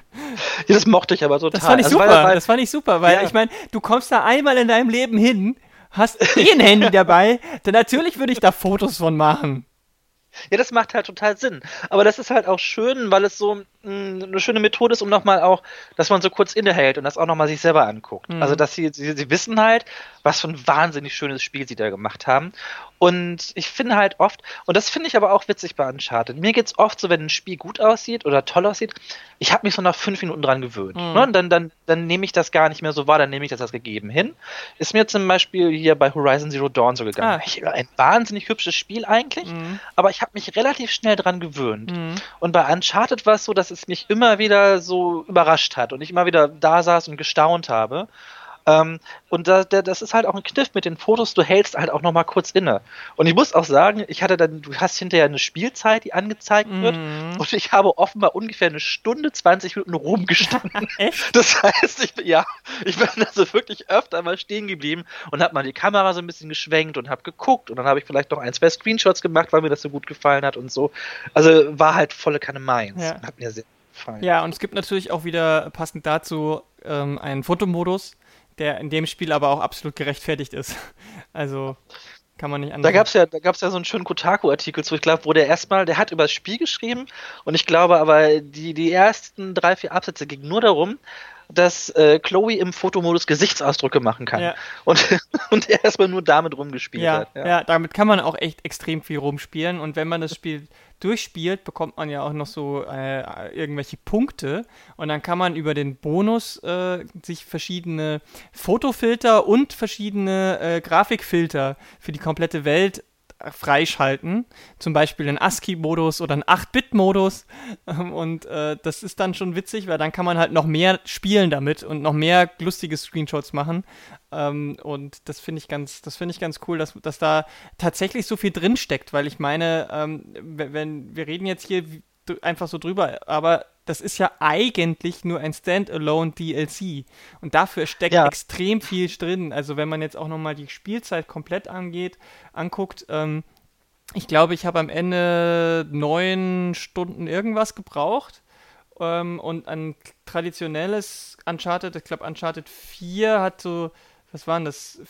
Ja, das mochte ich aber total. Das fand ich also, super, weil, weil, das fand ich super, weil ja. ich meine, du kommst da einmal in deinem Leben hin, hast eh ein Handy dabei, dann natürlich würde ich da Fotos von machen. Ja, das macht halt total Sinn. Aber das ist halt auch schön, weil es so mh, eine schöne Methode ist, um nochmal auch, dass man so kurz innehält und das auch nochmal sich selber anguckt. Mhm. Also, dass sie, sie, sie wissen halt, was für ein wahnsinnig schönes Spiel sie da gemacht haben. Und ich finde halt oft, und das finde ich aber auch witzig bei Uncharted, mir geht's oft so, wenn ein Spiel gut aussieht oder toll aussieht, ich habe mich so nach fünf Minuten dran gewöhnt. Mhm. Ne? Und dann, dann, dann nehme ich das gar nicht mehr so wahr, dann nehme ich das als gegeben hin. Ist mir zum Beispiel hier bei Horizon Zero Dawn so gegangen. Ah. Ein wahnsinnig hübsches Spiel eigentlich, mhm. aber ich habe mich relativ schnell dran gewöhnt. Mhm. Und bei Uncharted war es so, dass es mich immer wieder so überrascht hat und ich immer wieder da saß und gestaunt habe. Ähm, und da, da, das ist halt auch ein Kniff mit den Fotos, du hältst halt auch nochmal kurz inne. Und ich muss auch sagen, ich hatte dann, du hast hinterher eine Spielzeit, die angezeigt wird, mm. und ich habe offenbar ungefähr eine Stunde, zwanzig Minuten rumgestanden. Echt? Das heißt, ich, ja, ich bin also wirklich öfter mal stehen geblieben und habe mal die Kamera so ein bisschen geschwenkt und habe geguckt und dann habe ich vielleicht noch ein, zwei Screenshots gemacht, weil mir das so gut gefallen hat und so. Also war halt volle Kanne meins. Ja. Hat mir sehr gefallen. Ja, und es gibt natürlich auch wieder passend dazu ähm, einen Fotomodus, der in dem Spiel aber auch absolut gerechtfertigt ist. Also kann man nicht anders. Da gab's ja, da gab's ja so einen schönen Kotaku-Artikel zu, ich glaube, wo der erstmal, der hat über das Spiel geschrieben und ich glaube aber, die, die ersten drei, vier Absätze gingen nur darum, dass äh, Chloe im Fotomodus Gesichtsausdrücke machen kann. Ja. Und, und er erstmal nur damit rumgespielt ja, hat. Ja. ja, damit kann man auch echt extrem viel rumspielen und wenn man das Spiel durchspielt, bekommt man ja auch noch so äh, irgendwelche Punkte und dann kann man über den Bonus äh, sich verschiedene Fotofilter und verschiedene äh, Grafikfilter für die komplette Welt freischalten, zum Beispiel einen ASCII-Modus oder einen acht-Bit-Modus ähm, und äh, das ist dann schon witzig, weil dann kann man halt noch mehr spielen damit und noch mehr lustige Screenshots machen ähm, und das finde ich ganz, das finde ich ganz cool, dass, dass da tatsächlich so viel drin steckt, weil ich meine, ähm, wenn wir reden jetzt hier einfach so drüber, aber das ist ja eigentlich nur ein Standalone D L C und dafür steckt ja extrem viel drin. Also wenn man jetzt auch nochmal die Spielzeit komplett angeht, anguckt, ähm, ich glaube, ich habe am Ende neun Stunden irgendwas gebraucht ähm, und ein traditionelles Uncharted, ich glaube Uncharted vier hat so, was waren das,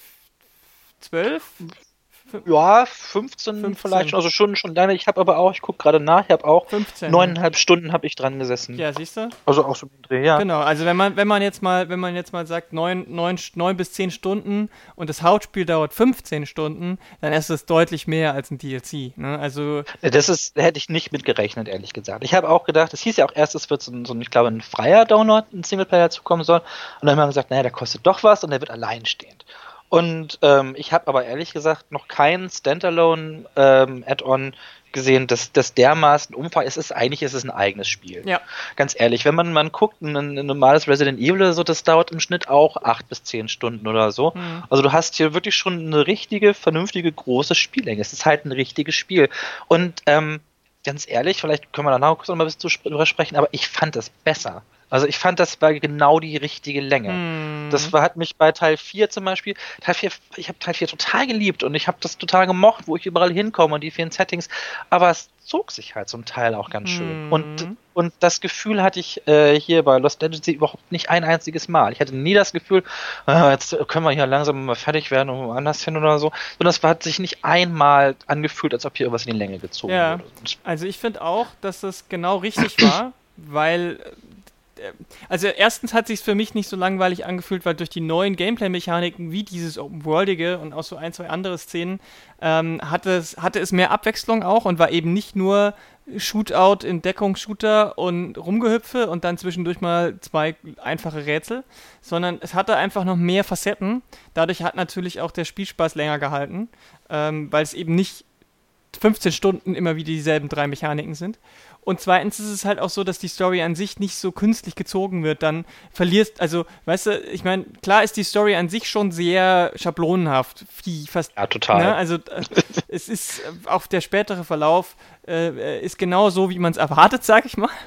zwölf? Ja, fünfzehn, fünfzehn vielleicht, also schon, schon lange. Ich habe aber auch, ich gucke gerade nach, ich habe auch fünfzehn. Neuneinhalb Stunden habe ich dran gesessen. Ja, siehst du? Also auch so ein Dreh, ja. Genau, also wenn man, wenn man jetzt mal, wenn man jetzt mal sagt, neun, neun, neun bis zehn Stunden und das Hauptspiel dauert fünfzehn Stunden, dann ist es deutlich mehr als ein D L C. Ne? Also das ist, da hätte ich nicht mit gerechnet, ehrlich gesagt. Ich habe auch gedacht, es hieß ja auch erst, es wird so ein, so ein, ich glaube, ein freier Download, ein Singleplayer zukommen soll. Und dann haben wir gesagt, naja, der kostet doch was und der wird alleinstehend. Und ähm, ich habe aber ehrlich gesagt noch kein Standalone ähm, Add-on gesehen, dass das dermaßen Umfang ist. Es ist eigentlich ist es ein eigenes Spiel. Ja. Ganz ehrlich, wenn man man guckt, ein, ein normales Resident Evil oder so, das dauert im Schnitt auch acht bis zehn Stunden oder so. Mhm. Also du hast hier wirklich schon eine richtige, vernünftige, große Spiellänge. Es ist halt ein richtiges Spiel. Und ähm, ganz ehrlich, vielleicht können wir danach kurz noch mal ein bisschen drüber sprechen, aber ich fand das besser. Also ich fand, das war genau die richtige Länge. Hm. Das war, hat mich bei Teil vier zum Beispiel, Teil vier, ich habe Teil vier total geliebt und ich habe das total gemocht, wo ich überall hinkomme und die vielen Settings, aber es zog sich halt zum Teil auch ganz hm. schön. Und, und das Gefühl hatte ich äh, hier bei Lost Legacy überhaupt nicht ein einziges Mal. Ich hatte nie das Gefühl, äh, jetzt können wir hier langsam mal fertig werden und woanders hin oder so, sondern es hat sich nicht einmal angefühlt, als ob hier irgendwas in die Länge gezogen ja. wurde. Also ich finde auch, dass das genau richtig war, weil also erstens hat sich für mich nicht so langweilig angefühlt, weil durch die neuen Gameplay-Mechaniken wie dieses Open-Worldige und auch so ein, zwei andere Szenen ähm, hatte, es, hatte es mehr Abwechslung auch und war eben nicht nur Shootout in Deckungsshooter und Rumgehüpfe und dann zwischendurch mal zwei einfache Rätsel, sondern es hatte einfach noch mehr Facetten. Dadurch hat natürlich auch der Spielspaß länger gehalten, ähm, weil es eben nicht fünfzehn Stunden immer wieder dieselben drei Mechaniken sind. Und zweitens ist es halt auch so, dass die Story an sich nicht so künstlich gezogen wird. Dann verlierst, also, weißt du, ich meine, klar ist die Story an sich schon sehr schablonenhaft. Wie fast, ja, total. Ne? Also, äh, es ist, äh, auch der spätere Verlauf äh, ist genau so, wie man es erwartet, sag ich mal.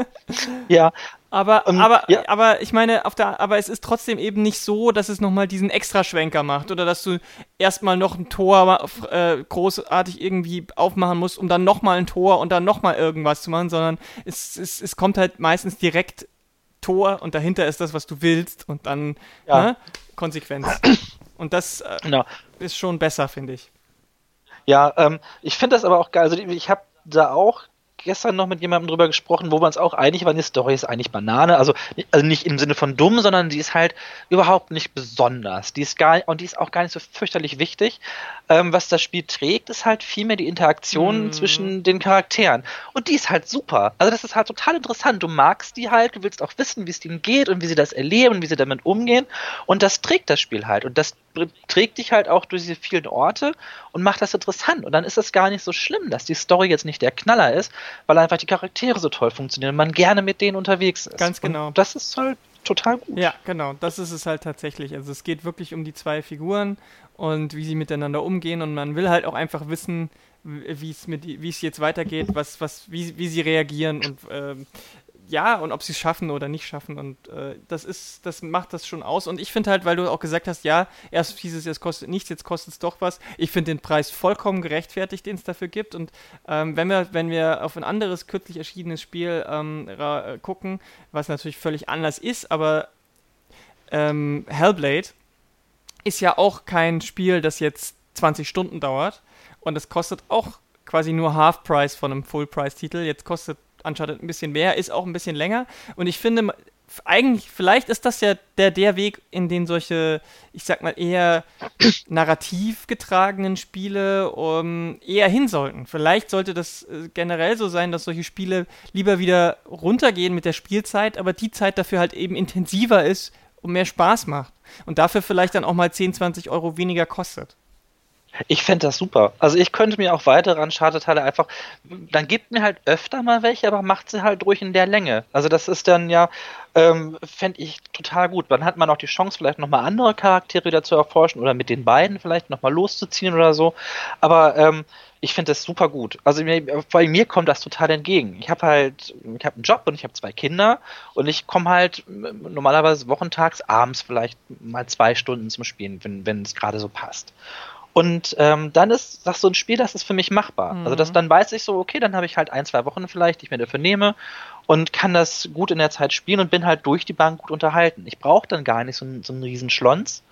Ja. Aber, um, aber, ja. aber ich meine, auf der, aber es ist trotzdem eben nicht so, dass es nochmal diesen Extraschwenker macht oder dass du erstmal noch ein Tor äh, großartig irgendwie aufmachen musst, um dann nochmal ein Tor und dann nochmal irgendwas zu machen, sondern es, es, es kommt halt meistens direkt Tor und dahinter ist das, was du willst und dann ja. ne, Konsequenz. Und das äh, no. ist schon besser, finde ich. Ja, ähm, ich finde das aber auch geil. Also ich habe da auch gestern noch mit jemandem drüber gesprochen, wo wir uns auch einig waren, die Story ist eigentlich Banane, also, also nicht im Sinne von dumm, sondern die ist halt überhaupt nicht besonders. Die ist gar und die ist auch gar nicht so fürchterlich wichtig. Ähm, was das Spiel trägt, ist halt vielmehr die Interaktion mm. zwischen den Charakteren. Und die ist halt super. Also das ist halt total interessant. Du magst die halt, du willst auch wissen, wie es denen geht und wie sie das erleben, wie sie damit umgehen. Und das trägt das Spiel halt. Und das trägt dich halt auch durch diese vielen Orte und macht das interessant. Und dann ist es gar nicht so schlimm, dass die Story jetzt nicht der Knaller ist, weil einfach die Charaktere so toll funktionieren und man gerne mit denen unterwegs ist. Ganz genau. Und das ist halt total gut. Ja, genau. Das ist es halt tatsächlich. Also es geht wirklich um die zwei Figuren und wie sie miteinander umgehen und man will halt auch einfach wissen, wie es mit wie es jetzt weitergeht, was was wie wie sie reagieren und ähm, ja, und ob sie es schaffen oder nicht schaffen und äh, das ist, das macht das schon aus und ich finde halt, weil du auch gesagt hast, ja, erst hieß es, es kostet nichts, jetzt kostet es doch was, ich finde den Preis vollkommen gerechtfertigt, den es dafür gibt und ähm, wenn wir wenn wir auf ein anderes kürzlich erschienenes Spiel ähm, ra- gucken, was natürlich völlig anders ist, aber ähm, Hellblade ist ja auch kein Spiel, das jetzt zwanzig Stunden dauert und es kostet auch quasi nur Half-Price von einem Full-Price-Titel, jetzt kostet Uncharted ein bisschen mehr, ist auch ein bisschen länger und ich finde, eigentlich, vielleicht ist das ja der, der Weg, in den solche, ich sag mal, eher narrativ getragenen Spiele um, eher hin sollten. Vielleicht sollte das äh, generell so sein, dass solche Spiele lieber wieder runtergehen mit der Spielzeit, aber die Zeit dafür halt eben intensiver ist und mehr Spaß macht und dafür vielleicht dann auch mal zehn, zwanzig Euro weniger kostet. Ich fände das super. Also ich könnte mir auch weitere Uncharted-Teile einfach, dann gibt mir halt öfter mal welche, aber macht sie halt ruhig in der Länge. Also das ist dann ja, ähm, fände ich total gut. Dann hat man auch die Chance, vielleicht nochmal andere Charaktere wieder zu erforschen oder mit den beiden vielleicht nochmal loszuziehen oder so. Aber ähm, ich finde das super gut. Also mir, vor allem mir kommt das total entgegen. Ich habe halt, ich habe einen Job und ich habe zwei Kinder und ich komme halt normalerweise wochentags abends vielleicht mal zwei Stunden zum Spielen, wenn wenn es gerade so passt. Und ähm, dann ist das so ein Spiel, das ist für mich machbar. Mhm. Also das, dann weiß ich so, okay, dann habe ich halt ein, zwei Wochen vielleicht, die ich mir dafür nehme und kann das gut in der Zeit spielen und bin halt durch die Bank gut unterhalten. Ich brauche dann gar nicht so, einen, so einen riesen Schlons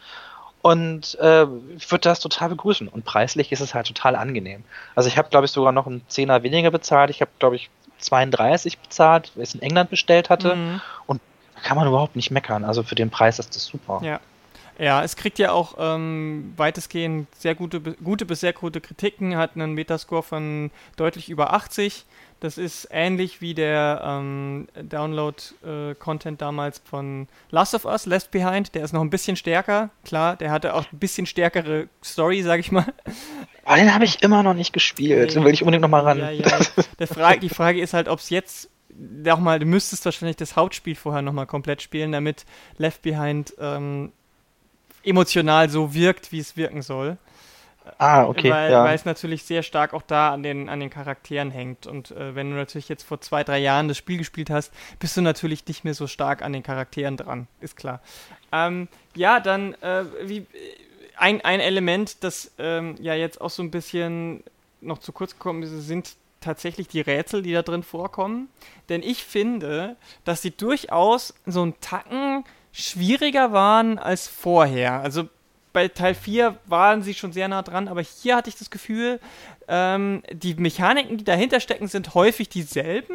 und äh, ich würde das total begrüßen. Und preislich ist es halt total angenehm. Also ich habe, glaube ich, sogar noch einen Zehner weniger bezahlt. Ich habe, glaube ich, zweiunddreißig bezahlt, weil ich es in England bestellt hatte. Mhm. Und da kann man überhaupt nicht meckern. Also für den Preis ist das super. Ja. Ja, es kriegt ja auch ähm, weitestgehend sehr gute, gute bis sehr gute Kritiken, hat einen Metascore von deutlich über achtzig. Das ist ähnlich wie der ähm, Download-Content äh, damals von Last of Us, Left Behind. Der ist noch ein bisschen stärker. Klar, der hatte auch ein bisschen stärkere Story, sag ich mal. Aber den habe ich immer noch nicht gespielt. Nee. Den will ich unbedingt noch mal ran. Ja, ja. Der Fra- die Frage ist halt, ob es jetzt nochmal, du müsstest wahrscheinlich das Hauptspiel vorher nochmal komplett spielen, damit Left Behind ähm, emotional so wirkt, wie es wirken soll. Ah, okay, weil, ja. weil es natürlich sehr stark auch da an den, an den Charakteren hängt. Und äh, wenn du natürlich jetzt vor zwei, drei Jahren das Spiel gespielt hast, bist du natürlich nicht mehr so stark an den Charakteren dran, ist klar. Ähm, ja, dann äh, wie, ein, ein Element, das ähm, ja jetzt auch so ein bisschen noch zu kurz gekommen ist, sind tatsächlich die Rätsel, die da drin vorkommen. Denn ich finde, dass sie durchaus so einen Tacken schwieriger waren als vorher. Also bei Teil vier waren sie schon sehr nah dran, aber hier hatte ich das Gefühl, ähm, die Mechaniken, die dahinter stecken, sind häufig dieselben.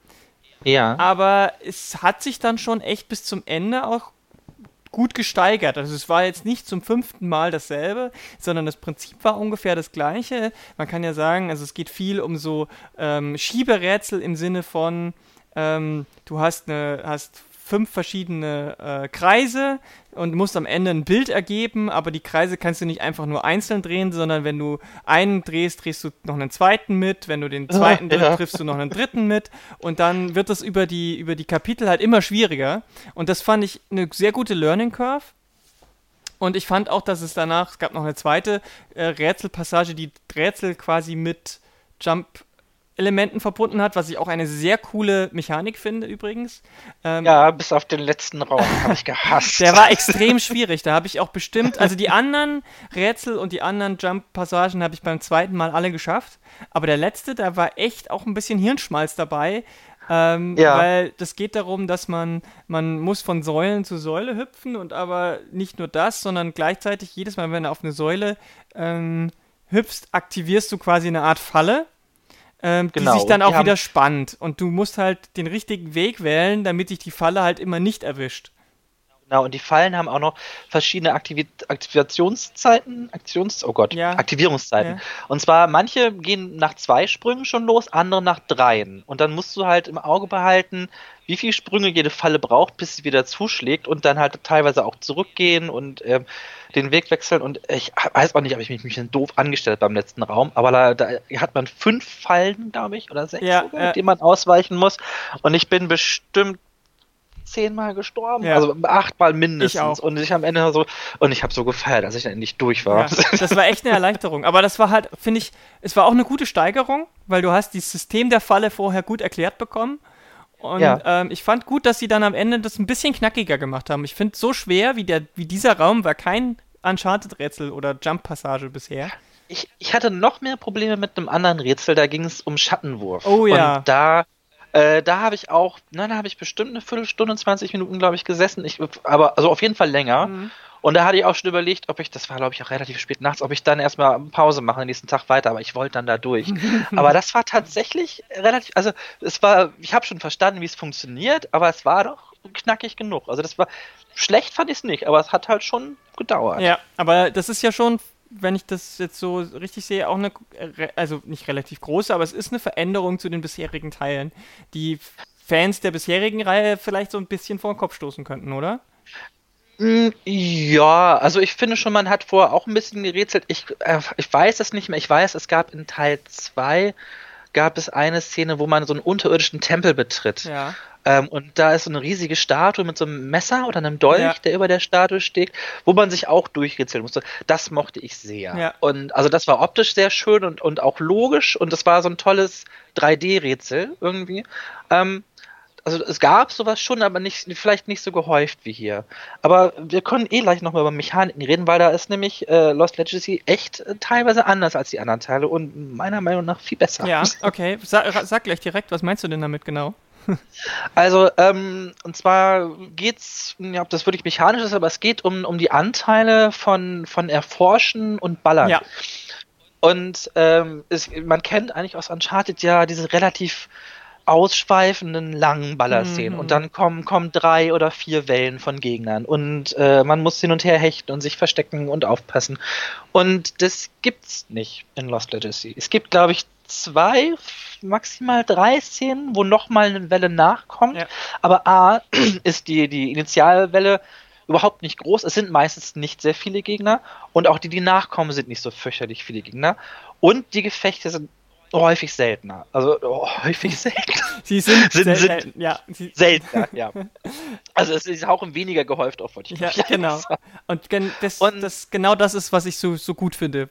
Ja. Aber es hat sich dann schon echt bis zum Ende auch gut gesteigert. Also es war jetzt nicht zum fünften Mal dasselbe, sondern das Prinzip war ungefähr das gleiche. Man kann ja sagen, also es geht viel um so ähm, Schieberätsel im Sinne von, ähm, du hast eine, hast fünf verschiedene äh, Kreise und musst am Ende ein Bild ergeben, aber die Kreise kannst du nicht einfach nur einzeln drehen, sondern wenn du einen drehst, drehst du noch einen zweiten mit, wenn du den zweiten ja. drehst, triffst du noch einen dritten mit und dann wird das über die, über die Kapitel halt immer schwieriger und das fand ich eine sehr gute Learning Curve. Und ich fand auch, dass es danach, es gab noch eine zweite äh, Rätselpassage, die Rätsel quasi mit Jump Elementen verbunden hat, was ich auch eine sehr coole Mechanik finde übrigens. Ähm, ja, bis auf den letzten Raum habe ich gehasst. Der war extrem schwierig, da habe ich auch bestimmt, also die anderen Rätsel und die anderen Jump-Passagen habe ich beim zweiten Mal alle geschafft, aber der letzte, da war echt auch ein bisschen Hirnschmalz dabei, ähm, ja. weil das geht darum, dass man, man muss von Säulen zu Säule hüpfen und aber nicht nur das, sondern gleichzeitig jedes Mal, wenn du auf eine Säule ähm, hüpfst, aktivierst du quasi eine Art Falle. Ähm, genau, die sich dann auch wieder spannt. Und du musst halt den richtigen Weg wählen, damit dich die Falle halt immer nicht erwischt. Genau, und die Fallen haben auch noch verschiedene Aktiv- Aktivationszeiten, Aktions- oh Gott, ja. Aktivierungszeiten. Ja. Und zwar, manche gehen nach zwei Sprüngen schon los, andere nach dreien. Und dann musst du halt im Auge behalten, wie viele Sprünge jede Falle braucht, bis sie wieder zuschlägt und dann halt teilweise auch zurückgehen und ähm, den Weg wechseln. Und ich weiß auch nicht, ob ich mich, mich doof angestellt beim letzten Raum, aber da, da hat man fünf Fallen, glaube ich, oder sechs ja, sogar, äh, mit denen man ausweichen muss. Und ich bin bestimmt zehnmal gestorben, ja. also achtmal mindestens. Ich auch. Und ich am Ende so, und ich habe so gefeiert, als ich dann endlich durch war. Ja, das war echt eine Erleichterung. Aber das war halt, finde ich, es war auch eine gute Steigerung, weil du hast das System der Falle vorher gut erklärt bekommen. Und ja. ähm, ich fand gut, dass sie dann am Ende das ein bisschen knackiger gemacht haben. Ich finde, so schwer wie, der, wie dieser Raum war kein Uncharted-Rätsel oder Jump-Passage bisher. Ich, ich hatte noch mehr Probleme mit einem anderen Rätsel, da ging es um Schattenwurf. Oh ja. Und da Äh, da habe ich auch, na, da habe ich bestimmt eine Viertelstunde, zwanzig Minuten, glaube ich, gesessen. Ich, aber, also auf jeden Fall länger. Mhm. Und da hatte ich auch schon überlegt, ob ich, das war, glaube ich, auch relativ spät nachts, ob ich dann erstmal Pause mache, den nächsten Tag weiter, aber ich wollte dann da durch. Aber das war tatsächlich relativ, also es war, ich habe schon verstanden, wie es funktioniert, aber es war doch knackig genug. Also das war, schlecht fand ich es nicht, aber es hat halt schon gedauert. Ja, aber das ist ja schon, wenn ich das jetzt so richtig sehe, auch eine, also nicht relativ große, aber es ist eine Veränderung zu den bisherigen Teilen, die Fans der bisherigen Reihe vielleicht so ein bisschen vor den Kopf stoßen könnten, oder? Ja, also ich finde schon, man hat vorher auch ein bisschen gerätselt. Ich, äh, ich weiß es nicht mehr. Ich weiß, es gab in Teil zwei gab es eine Szene, wo man so einen unterirdischen Tempel betritt. Ja. Ähm, und da ist so eine riesige Statue mit so einem Messer oder einem Dolch, ja. der über der Statue steht, wo man sich auch durchrätseln musste. Das mochte ich sehr. Ja. Und also das war optisch sehr schön und, und auch logisch und das war so ein tolles drei D-Rätsel irgendwie. Ähm, Also es gab sowas schon, aber nicht, vielleicht nicht so gehäuft wie hier. Aber wir können eh gleich nochmal über Mechaniken reden, weil da ist nämlich äh, Lost Legacy echt äh, teilweise anders als die anderen Teile und meiner Meinung nach viel besser. Ja, okay. Sag, sag gleich direkt, was meinst du denn damit genau? Also, ähm, und zwar geht's, ja, ob das wirklich mechanisch ist, aber es geht um, um die Anteile von, von Erforschen und Ballern. Ja. Und ähm, es, man kennt eigentlich aus Uncharted ja diese relativ ausschweifenden langen Ballerszenen mhm. und dann kommen, kommen drei oder vier Wellen von Gegnern und äh, man muss hin und her hechten und sich verstecken und aufpassen und das gibt's nicht in Lost Legacy. Es gibt, glaube ich, zwei, maximal drei Szenen, wo nochmal eine Welle nachkommt, ja. aber A ist die, die Initialwelle überhaupt nicht groß, es sind meistens nicht sehr viele Gegner und auch die, die nachkommen, sind nicht so fürchterlich viele Gegner und die Gefechte sind häufig seltener. Also oh, häufig seltener. Sie sind, sind, sel- sind ja, sie seltener, ja. Also es ist auch weniger gehäuft auf, wollte ich ja, genau. Und, gen- das, Und das genau das ist, was ich so, so gut finde.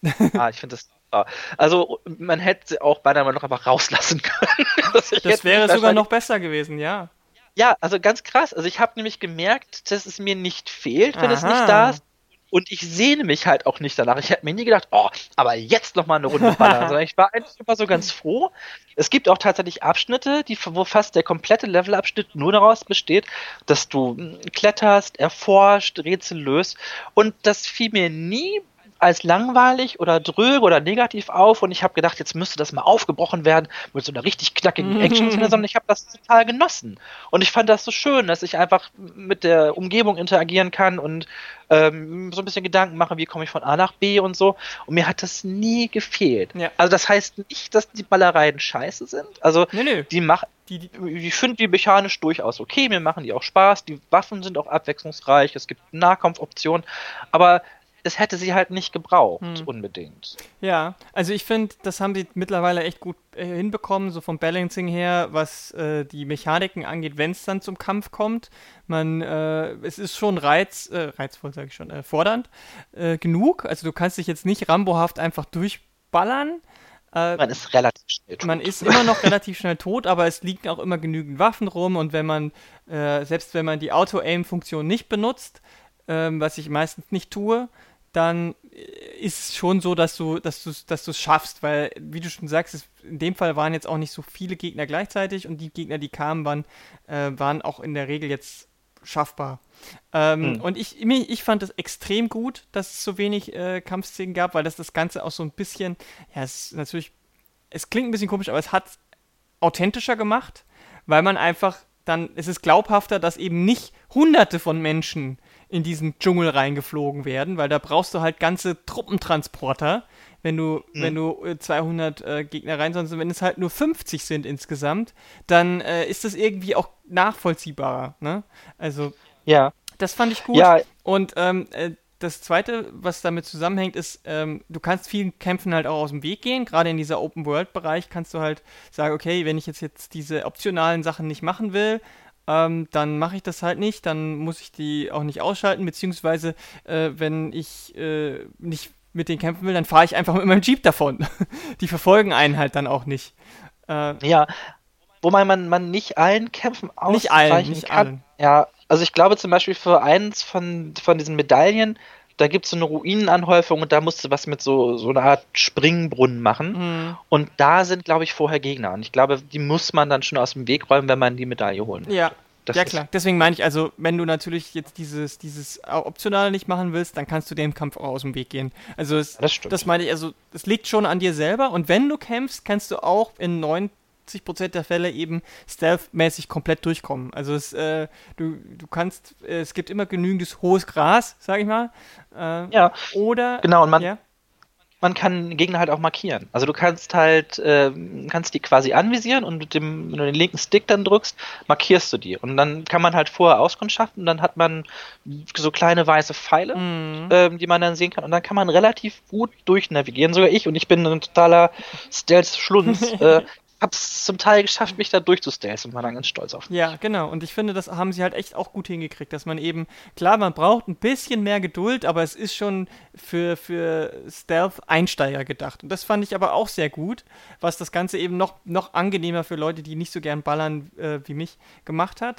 Ah, ich finde das super. Also, man hätte sie auch meiner Meinung nach einfach rauslassen können. Also, ich Das hätte mich wäre sogar wahrscheinlich noch besser gewesen, ja. Ja, also ganz krass. Also ich habe nämlich gemerkt, dass es mir nicht fehlt, wenn es nicht da Aha. ist. Und ich sehne mich halt auch nicht danach. Ich hätte mir nie gedacht, oh, aber jetzt noch mal eine Runde ballern. Sondern ich war eigentlich immer so ganz froh. Es gibt auch tatsächlich Abschnitte, die, wo fast der komplette Levelabschnitt nur daraus besteht, dass du mh, kletterst, erforscht, Rätsel löst. Und das fiel mir nie als langweilig oder dröge oder negativ auf und ich habe gedacht, jetzt müsste das mal aufgebrochen werden mit so einer richtig knackigen Action-Szene, sondern ich habe das total genossen. Und ich fand das so schön, dass ich einfach mit der Umgebung interagieren kann und ähm, so ein bisschen Gedanken mache, wie komme ich von A nach B und so. Und mir hat das nie gefehlt. Ja. Also das heißt nicht, dass die Ballereien scheiße sind. Also Nö, nö. die machen Die, die, ich finde die mechanisch durchaus okay, mir machen die auch Spaß, die Waffen sind auch abwechslungsreich, es gibt Nahkampfoptionen, aber es hätte sie halt nicht gebraucht, Hm. unbedingt. Ja, also ich finde, das haben sie mittlerweile echt gut äh, hinbekommen, so vom Balancing her, was äh, die Mechaniken angeht, wenn es dann zum Kampf kommt. Man, äh, es ist schon reiz, äh, reizvoll, sage ich schon, äh, fordernd äh, genug. Also du kannst dich jetzt nicht rambohaft einfach durchballern. Äh, Man ist relativ schnell tot. Man ist immer noch relativ schnell tot, aber es liegen auch immer genügend Waffen rum und wenn man, äh, selbst wenn man die Auto-Aim-Funktion nicht benutzt, ähm, was ich meistens nicht tue, dann ist es schon so, dass du dass du dass du es schaffst, weil, wie du schon sagst, es, in dem Fall waren jetzt auch nicht so viele Gegner gleichzeitig und die Gegner, die kamen, waren, äh, waren auch in der Regel jetzt schaffbar. Ähm, Hm. Und ich, mir- ich fand es extrem gut, dass es so wenig äh, Kampfszenen gab, weil das das Ganze auch so ein bisschen, ja, es ist natürlich, es klingt ein bisschen komisch, aber es hat authentischer gemacht, weil man einfach dann, es ist glaubhafter, dass eben nicht hunderte von Menschen in diesen Dschungel reingeflogen werden, weil da brauchst du halt ganze Truppentransporter, wenn du, Hm. wenn du äh, zweihundert äh, Gegner rein, sonst wenn es halt nur fünfzig sind insgesamt, dann äh, ist das irgendwie auch nachvollziehbarer, ne? Also, Ja, das fand ich gut. ja, Und ähm, äh, das Zweite, was damit zusammenhängt, ist, ähm, du kannst vielen Kämpfen halt auch aus dem Weg gehen. Gerade in dieser Open-World-Bereich kannst du halt sagen, okay, wenn ich jetzt, jetzt diese optionalen Sachen nicht machen will, ähm, dann mache ich das halt nicht. Dann muss ich die auch nicht ausschalten. Beziehungsweise, äh, wenn ich äh, nicht mit denen kämpfen will, dann fahre ich einfach mit meinem Jeep davon. Die verfolgen einen halt dann auch nicht. Äh, ja. Wobei man, man nicht allen Kämpfen nicht allen, ausweichen nicht kann. allen. Ja, also ich glaube zum Beispiel für eins von, von diesen Medaillen, da gibt es so eine Ruinenanhäufung und da musst du was mit so, so einer Art Springbrunnen machen. Hm. Und da sind, glaube ich, vorher Gegner. Und ich glaube, die muss man dann schon aus dem Weg räumen, wenn man die Medaille holen will. Ja, Das ja ist- klar. Deswegen meine ich also, wenn du natürlich jetzt dieses, dieses Optionale nicht machen willst, dann kannst du dem Kampf auch aus dem Weg gehen. Also es, Das stimmt. das meine ich, also es liegt schon an dir selber und wenn du kämpfst, kannst du auch in neunzig Prozent der Fälle eben stealth-mäßig komplett durchkommen. Also es, äh, du, du kannst, äh, es gibt immer genügendes hohes Gras, sag ich mal. Äh, Ja, oder, genau. Und man, ja, man kann Gegner halt auch markieren. Also du kannst halt, ähm, kannst die quasi anvisieren und mit dem, wenn du den linken Stick dann drückst, markierst du die. Und dann kann man halt vorher auskundschaften und dann hat man so kleine weiße Pfeile, Mhm. ähm, die man dann sehen kann. Und dann kann man relativ gut durchnavigieren. Sogar ich, und ich bin ein totaler Stealth-Schlunz, äh, hab's zum Teil geschafft, mich da durchzustealthen und war dann ganz stolz auf mich. Ja, genau. Und ich finde, das haben sie halt echt auch gut hingekriegt, dass man eben, klar, man braucht ein bisschen mehr Geduld, aber es ist schon für, für Stealth-Einsteiger gedacht. Und das fand ich aber auch sehr gut, was das Ganze eben noch, noch angenehmer für Leute, die nicht so gern ballern äh, wie mich, gemacht hat.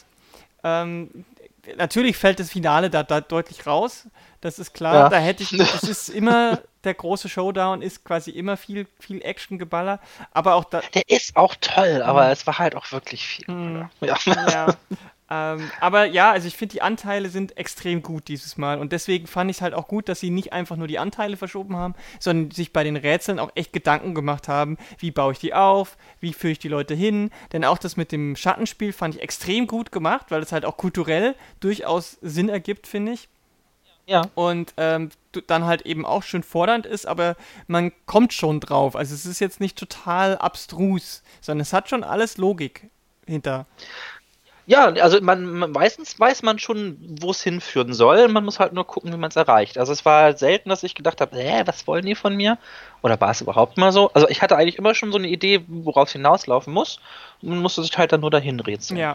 Ähm, natürlich fällt das Finale da, da deutlich raus. Das ist klar. Ja. Da hätte ich, es ist immer der große Showdown, ist quasi immer viel, viel Action-Geballer. Aber auch da, Der ist auch toll, aber es war halt auch wirklich viel. Mhm. Ja. ja. ähm, aber ja, also ich finde, die Anteile sind extrem gut dieses Mal. Und deswegen fand ich es halt auch gut, dass sie nicht einfach nur die Anteile verschoben haben, sondern sich bei den Rätseln auch echt Gedanken gemacht haben, wie baue ich die auf, wie führe ich die Leute hin. Denn auch das mit dem Schattenspiel fand ich extrem gut gemacht, weil es halt auch kulturell durchaus Sinn ergibt, finde ich. Ja. Und ähm, du- dann halt eben auch schön fordernd ist, aber man kommt schon drauf. Also es ist jetzt nicht total abstrus, sondern es hat schon alles Logik hinter. Ja, also man, man meistens weiß man schon, wo es hinführen soll. Man muss halt nur gucken, wie man es erreicht. Also es war selten, dass ich gedacht habe, äh, was wollen die von mir? Oder war es überhaupt mal so? Also ich hatte eigentlich immer schon so eine Idee, worauf es hinauslaufen muss. Und man musste sich halt dann nur dahin rätseln. Ja.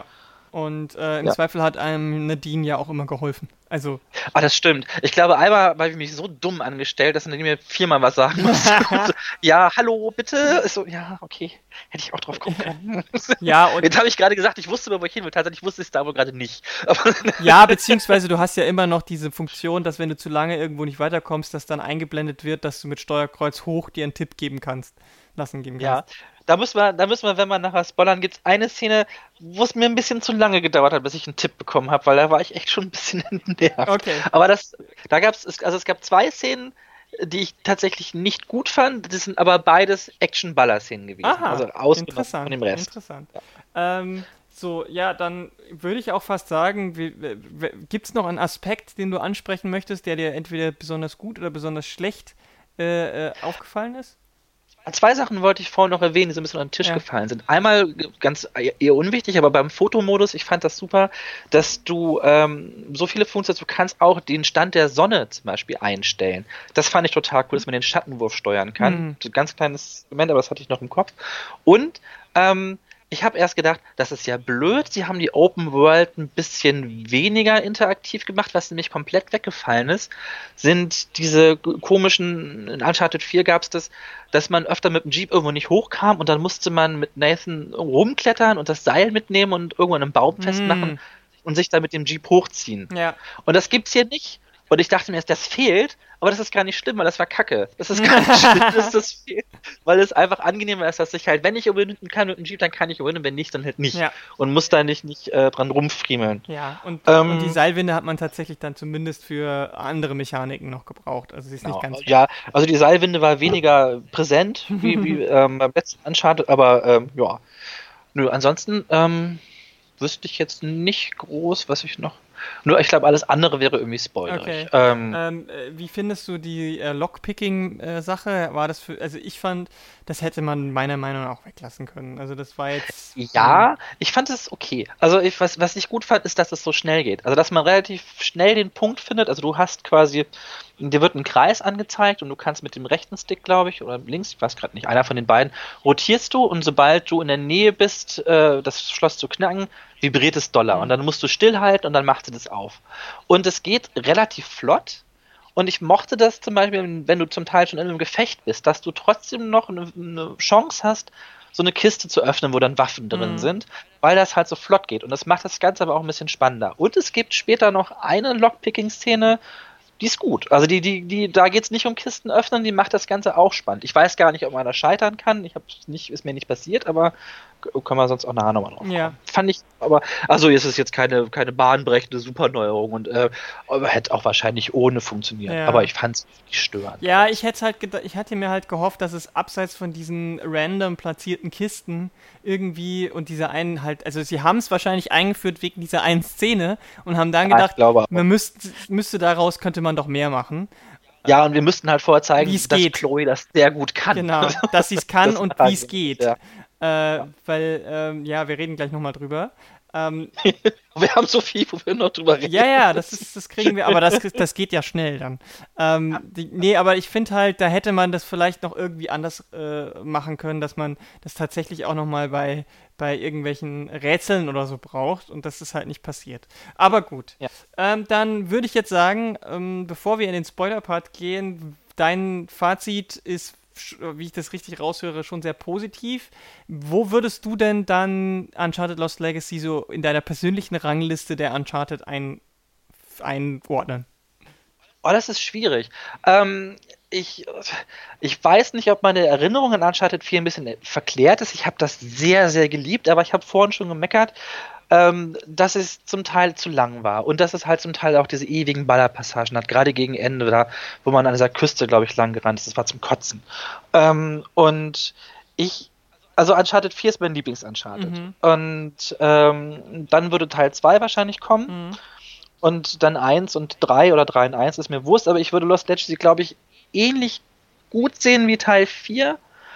Und äh, im Ja. Zweifel hat einem Nadine ja auch immer geholfen. Also. Ah, das stimmt. Ich glaube, einmal habe ich mich so dumm angestellt, dass Nadine mir viermal was sagen musste. so, ja, hallo, bitte. Ist so, ja, okay. Hätte ich auch drauf kommen können. Ja, und jetzt habe ich gerade gesagt, ich wusste, wo ich hin will. Tatsächlich wusste ich es da wohl gerade nicht. Aber ja, beziehungsweise du hast ja immer noch diese Funktion, dass wenn du zu lange irgendwo nicht weiterkommst, dass dann eingeblendet wird, dass du mit Steuerkreuz hoch dir einen Tipp geben kannst, lassen geben kannst. ja, da müssen wir, da müssen wir, wenn wir nachher spoilern, gibt es eine Szene, wo es mir ein bisschen zu lange gedauert hat, bis ich einen Tipp bekommen habe, weil da war ich echt schon ein bisschen entnervt. Okay. Aber das, da gab es, also es gab zwei Szenen, die ich tatsächlich nicht gut fand. Das sind aber beides Action-Baller-Szenen gewesen. Aha, also ausgenommen interessant, von dem Rest. Interessant. Ähm, so, ja, dann würde ich auch fast sagen, gibt es noch einen Aspekt, den du ansprechen möchtest, der dir entweder besonders gut oder besonders schlecht äh, äh, aufgefallen ist? Zwei Sachen wollte ich vorhin noch erwähnen, die so ein bisschen an den Tisch Ja. gefallen sind. Einmal ganz eher unwichtig, aber beim Fotomodus, ich fand das super, dass du ähm, so viele Funktionen, du kannst auch den Stand der Sonne zum Beispiel einstellen. Das fand ich total cool, dass man den Schattenwurf steuern kann. Mhm. So ein ganz kleines Moment, aber das hatte ich noch im Kopf. Und ähm, ich habe erst gedacht, das ist ja blöd, sie haben die Open World ein bisschen weniger interaktiv gemacht, was nämlich komplett weggefallen ist, sind diese komischen, in Uncharted vier gab es das, dass man öfter mit dem Jeep irgendwo nicht hochkam und dann musste man mit Nathan rumklettern und das Seil mitnehmen und irgendwo an einem Baum festmachen Mhm. und sich dann mit dem Jeep hochziehen. Ja. Und das gibt's hier nicht. Und ich dachte mir, das fehlt, aber das ist gar nicht schlimm, weil das war Kacke. Das ist gar nicht schlimm, dass das fehlt, weil es einfach angenehmer ist, dass ich halt, wenn ich überwinden kann mit dem Jeep, dann kann ich überwinden, wenn nicht, dann halt nicht. Ja. Und muss da nicht, nicht äh, dran rumfriemeln. Ja, und, Ähm, und die Seilwinde hat man tatsächlich dann zumindest für andere Mechaniken noch gebraucht. Also sie ist Genau. nicht ganz. Ja, also die Seilwinde war weniger präsent wie, wie ähm, beim letzten Uncharted, aber ähm, ja. Nö, ansonsten ähm, wüsste ich jetzt nicht groß, was ich noch. Nur ich glaube, alles andere wäre irgendwie spoilerig. Okay. Ähm, Ähm, äh, wie findest du die äh, Lockpicking-Sache? War das für, also ich fand, das hätte man meiner Meinung nach auch weglassen können. Also das war jetzt. Ja, ich fand es okay. Also ich, was, was ich gut fand, ist, dass es so schnell geht. Also dass man relativ schnell den Punkt findet. Also du hast quasi, dir wird ein Kreis angezeigt und du kannst mit dem rechten Stick, glaube ich, oder links, ich weiß gerade nicht, einer von den beiden, rotierst du und sobald du in der Nähe bist, äh, das Schloss zu knacken, vibriert es doller. Mhm. Und dann musst du stillhalten und dann macht sie das auf. Und es geht relativ flott. Und ich mochte das zum Beispiel, wenn du zum Teil schon in einem Gefecht bist, dass du trotzdem noch eine, eine Chance hast, so eine Kiste zu öffnen, wo dann Waffen drin Mhm. sind, weil das halt so flott geht. Und das macht das Ganze aber auch ein bisschen spannender. Und es gibt später noch eine Lockpicking-Szene, die ist gut. Also die, die, die, da geht es nicht um Kisten öffnen, die macht das Ganze auch spannend. Ich weiß gar nicht, ob man da scheitern kann. Ich hab's nicht, ist mir nicht passiert, aber können wir sonst auch nachher nochmal drauf Ja. kommen. Fand ich, aber, also ist es jetzt keine, keine bahnbrechende Superneuerung und äh, aber hätte auch wahrscheinlich ohne funktioniert. Ja. Aber ich fand es nicht störend. Ja, ich hätte halt geda- ich hatte mir halt gehofft, dass es abseits von diesen random platzierten Kisten irgendwie und dieser einen halt, also sie haben es wahrscheinlich eingeführt wegen dieser einen Szene und haben dann Ja, ich gedacht, glaube auch. man müsste, müsste daraus könnte man doch mehr machen. Ja, und wir müssten halt vorher zeigen, Wie es dass geht. Chloe das sehr gut kann. Genau, dass sie es kann Das und war wie es so, geht. ja. Äh, weil, ähm, ja, wir reden gleich nochmal drüber. Ähm, Wir haben so viel, wo wir noch drüber reden. ja, ja, das ist, das kriegen wir, aber das, das geht ja schnell dann. Ähm, die, nee, aber ich finde halt, da hätte man das vielleicht noch irgendwie anders äh, machen können, dass man das tatsächlich auch nochmal bei, bei irgendwelchen Rätseln oder so braucht und das ist halt nicht passiert. Aber gut. Ja. Ähm, dann würde ich jetzt sagen, ähm, bevor wir in den Spoiler-Part gehen, dein Fazit ist, wie ich das richtig raushöre, schon sehr positiv. Wo würdest du denn dann Uncharted Lost Legacy so in deiner persönlichen Rangliste der Uncharted ein, einordnen? Oh, das ist schwierig. Ähm, ich, ich weiß nicht, ob meine Erinnerung an Uncharted vier ein bisschen verklärt ist. Ich habe das sehr, sehr geliebt, aber ich habe vorhin schon gemeckert, ähm, dass es zum Teil zu lang war und dass es halt zum Teil auch diese ewigen Ballerpassagen hat, gerade gegen Ende, da, wo man an dieser Küste, glaube ich, lang gerannt ist. Das war zum Kotzen. Ähm, und ich, also Uncharted vier ist mein Lieblings-Uncharted. Mhm. Und ähm, dann würde Teil zwei wahrscheinlich kommen. Mhm. Und dann eins und drei oder drei und eins ist mir Wurst, aber ich würde Lost Legacy, glaube ich, ähnlich gut sehen wie Teil vier.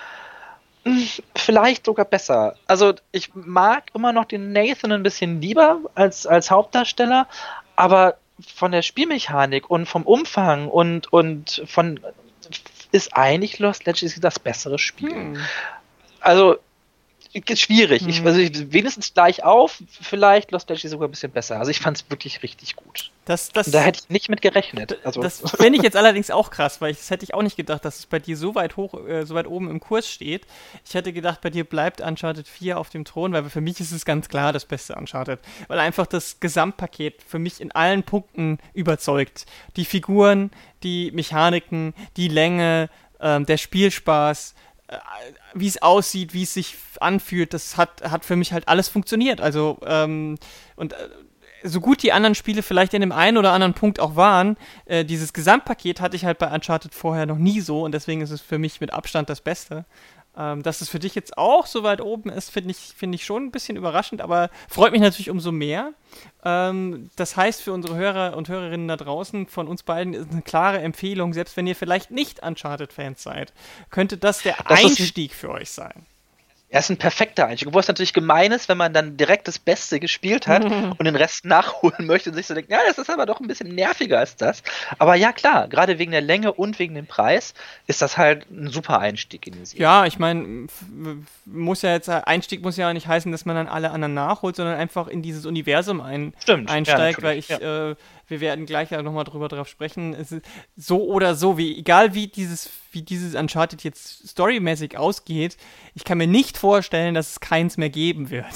Vielleicht sogar besser. Also ich mag immer noch den Nathan ein bisschen lieber als, als Hauptdarsteller, aber von der Spielmechanik und vom Umfang und, und von ist eigentlich Lost Legacy das bessere Spiel. Hm. Also schwierig. Hm. Ich, also ich, wenigstens gleich auf, vielleicht Lost Legacy sogar ein bisschen besser. Also ich fand es wirklich richtig gut. Das, das, da hätte ich nicht mit gerechnet. Also. Das finde ich jetzt allerdings auch krass, weil ich, das hätte ich auch nicht gedacht, dass es bei dir so weit hoch, äh, so weit oben im Kurs steht. Ich hätte gedacht, bei dir bleibt Uncharted vier auf dem Thron, weil für mich ist es ganz klar das beste Uncharted. Weil einfach das Gesamtpaket für mich in allen Punkten überzeugt. Die Figuren, die Mechaniken, die Länge, ähm, der Spielspaß, äh, wie es aussieht, wie es sich anfühlt, das hat, hat für mich halt alles funktioniert. Also, ähm, und äh, so gut die anderen Spiele vielleicht in dem einen oder anderen Punkt auch waren, äh, dieses Gesamtpaket hatte ich halt bei Uncharted vorher noch nie so und deswegen ist es für mich mit Abstand das Beste. Ähm, dass es für dich jetzt auch so weit oben ist, finde ich, find ich schon ein bisschen überraschend, aber freut mich natürlich umso mehr. Ähm, das heißt für unsere Hörer und Hörerinnen da draußen, von uns beiden ist eine klare Empfehlung, selbst wenn ihr vielleicht nicht Uncharted-Fans seid, könnte das der das Einstieg für euch sein. Er ist ein perfekter Einstieg, obwohl es natürlich gemein ist, wenn man dann direkt das Beste gespielt hat und den Rest nachholen möchte und sich so denkt, ja, das ist aber doch ein bisschen nerviger als das. Aber ja, klar, gerade wegen der Länge und wegen dem Preis ist das halt ein super Einstieg in die Serie. Ja, ich meine, muss ja jetzt, Einstieg muss ja nicht heißen, dass man dann alle anderen nachholt, sondern einfach in dieses Universum ein, Stimmt, einsteigt, ja, weil ich, ja. äh, wir werden gleich ja nochmal drüber drauf sprechen, es ist so oder so, wie, egal wie dieses, wie dieses Uncharted jetzt storymäßig ausgeht, ich kann mir nicht vorstellen, dass es keins mehr geben wird.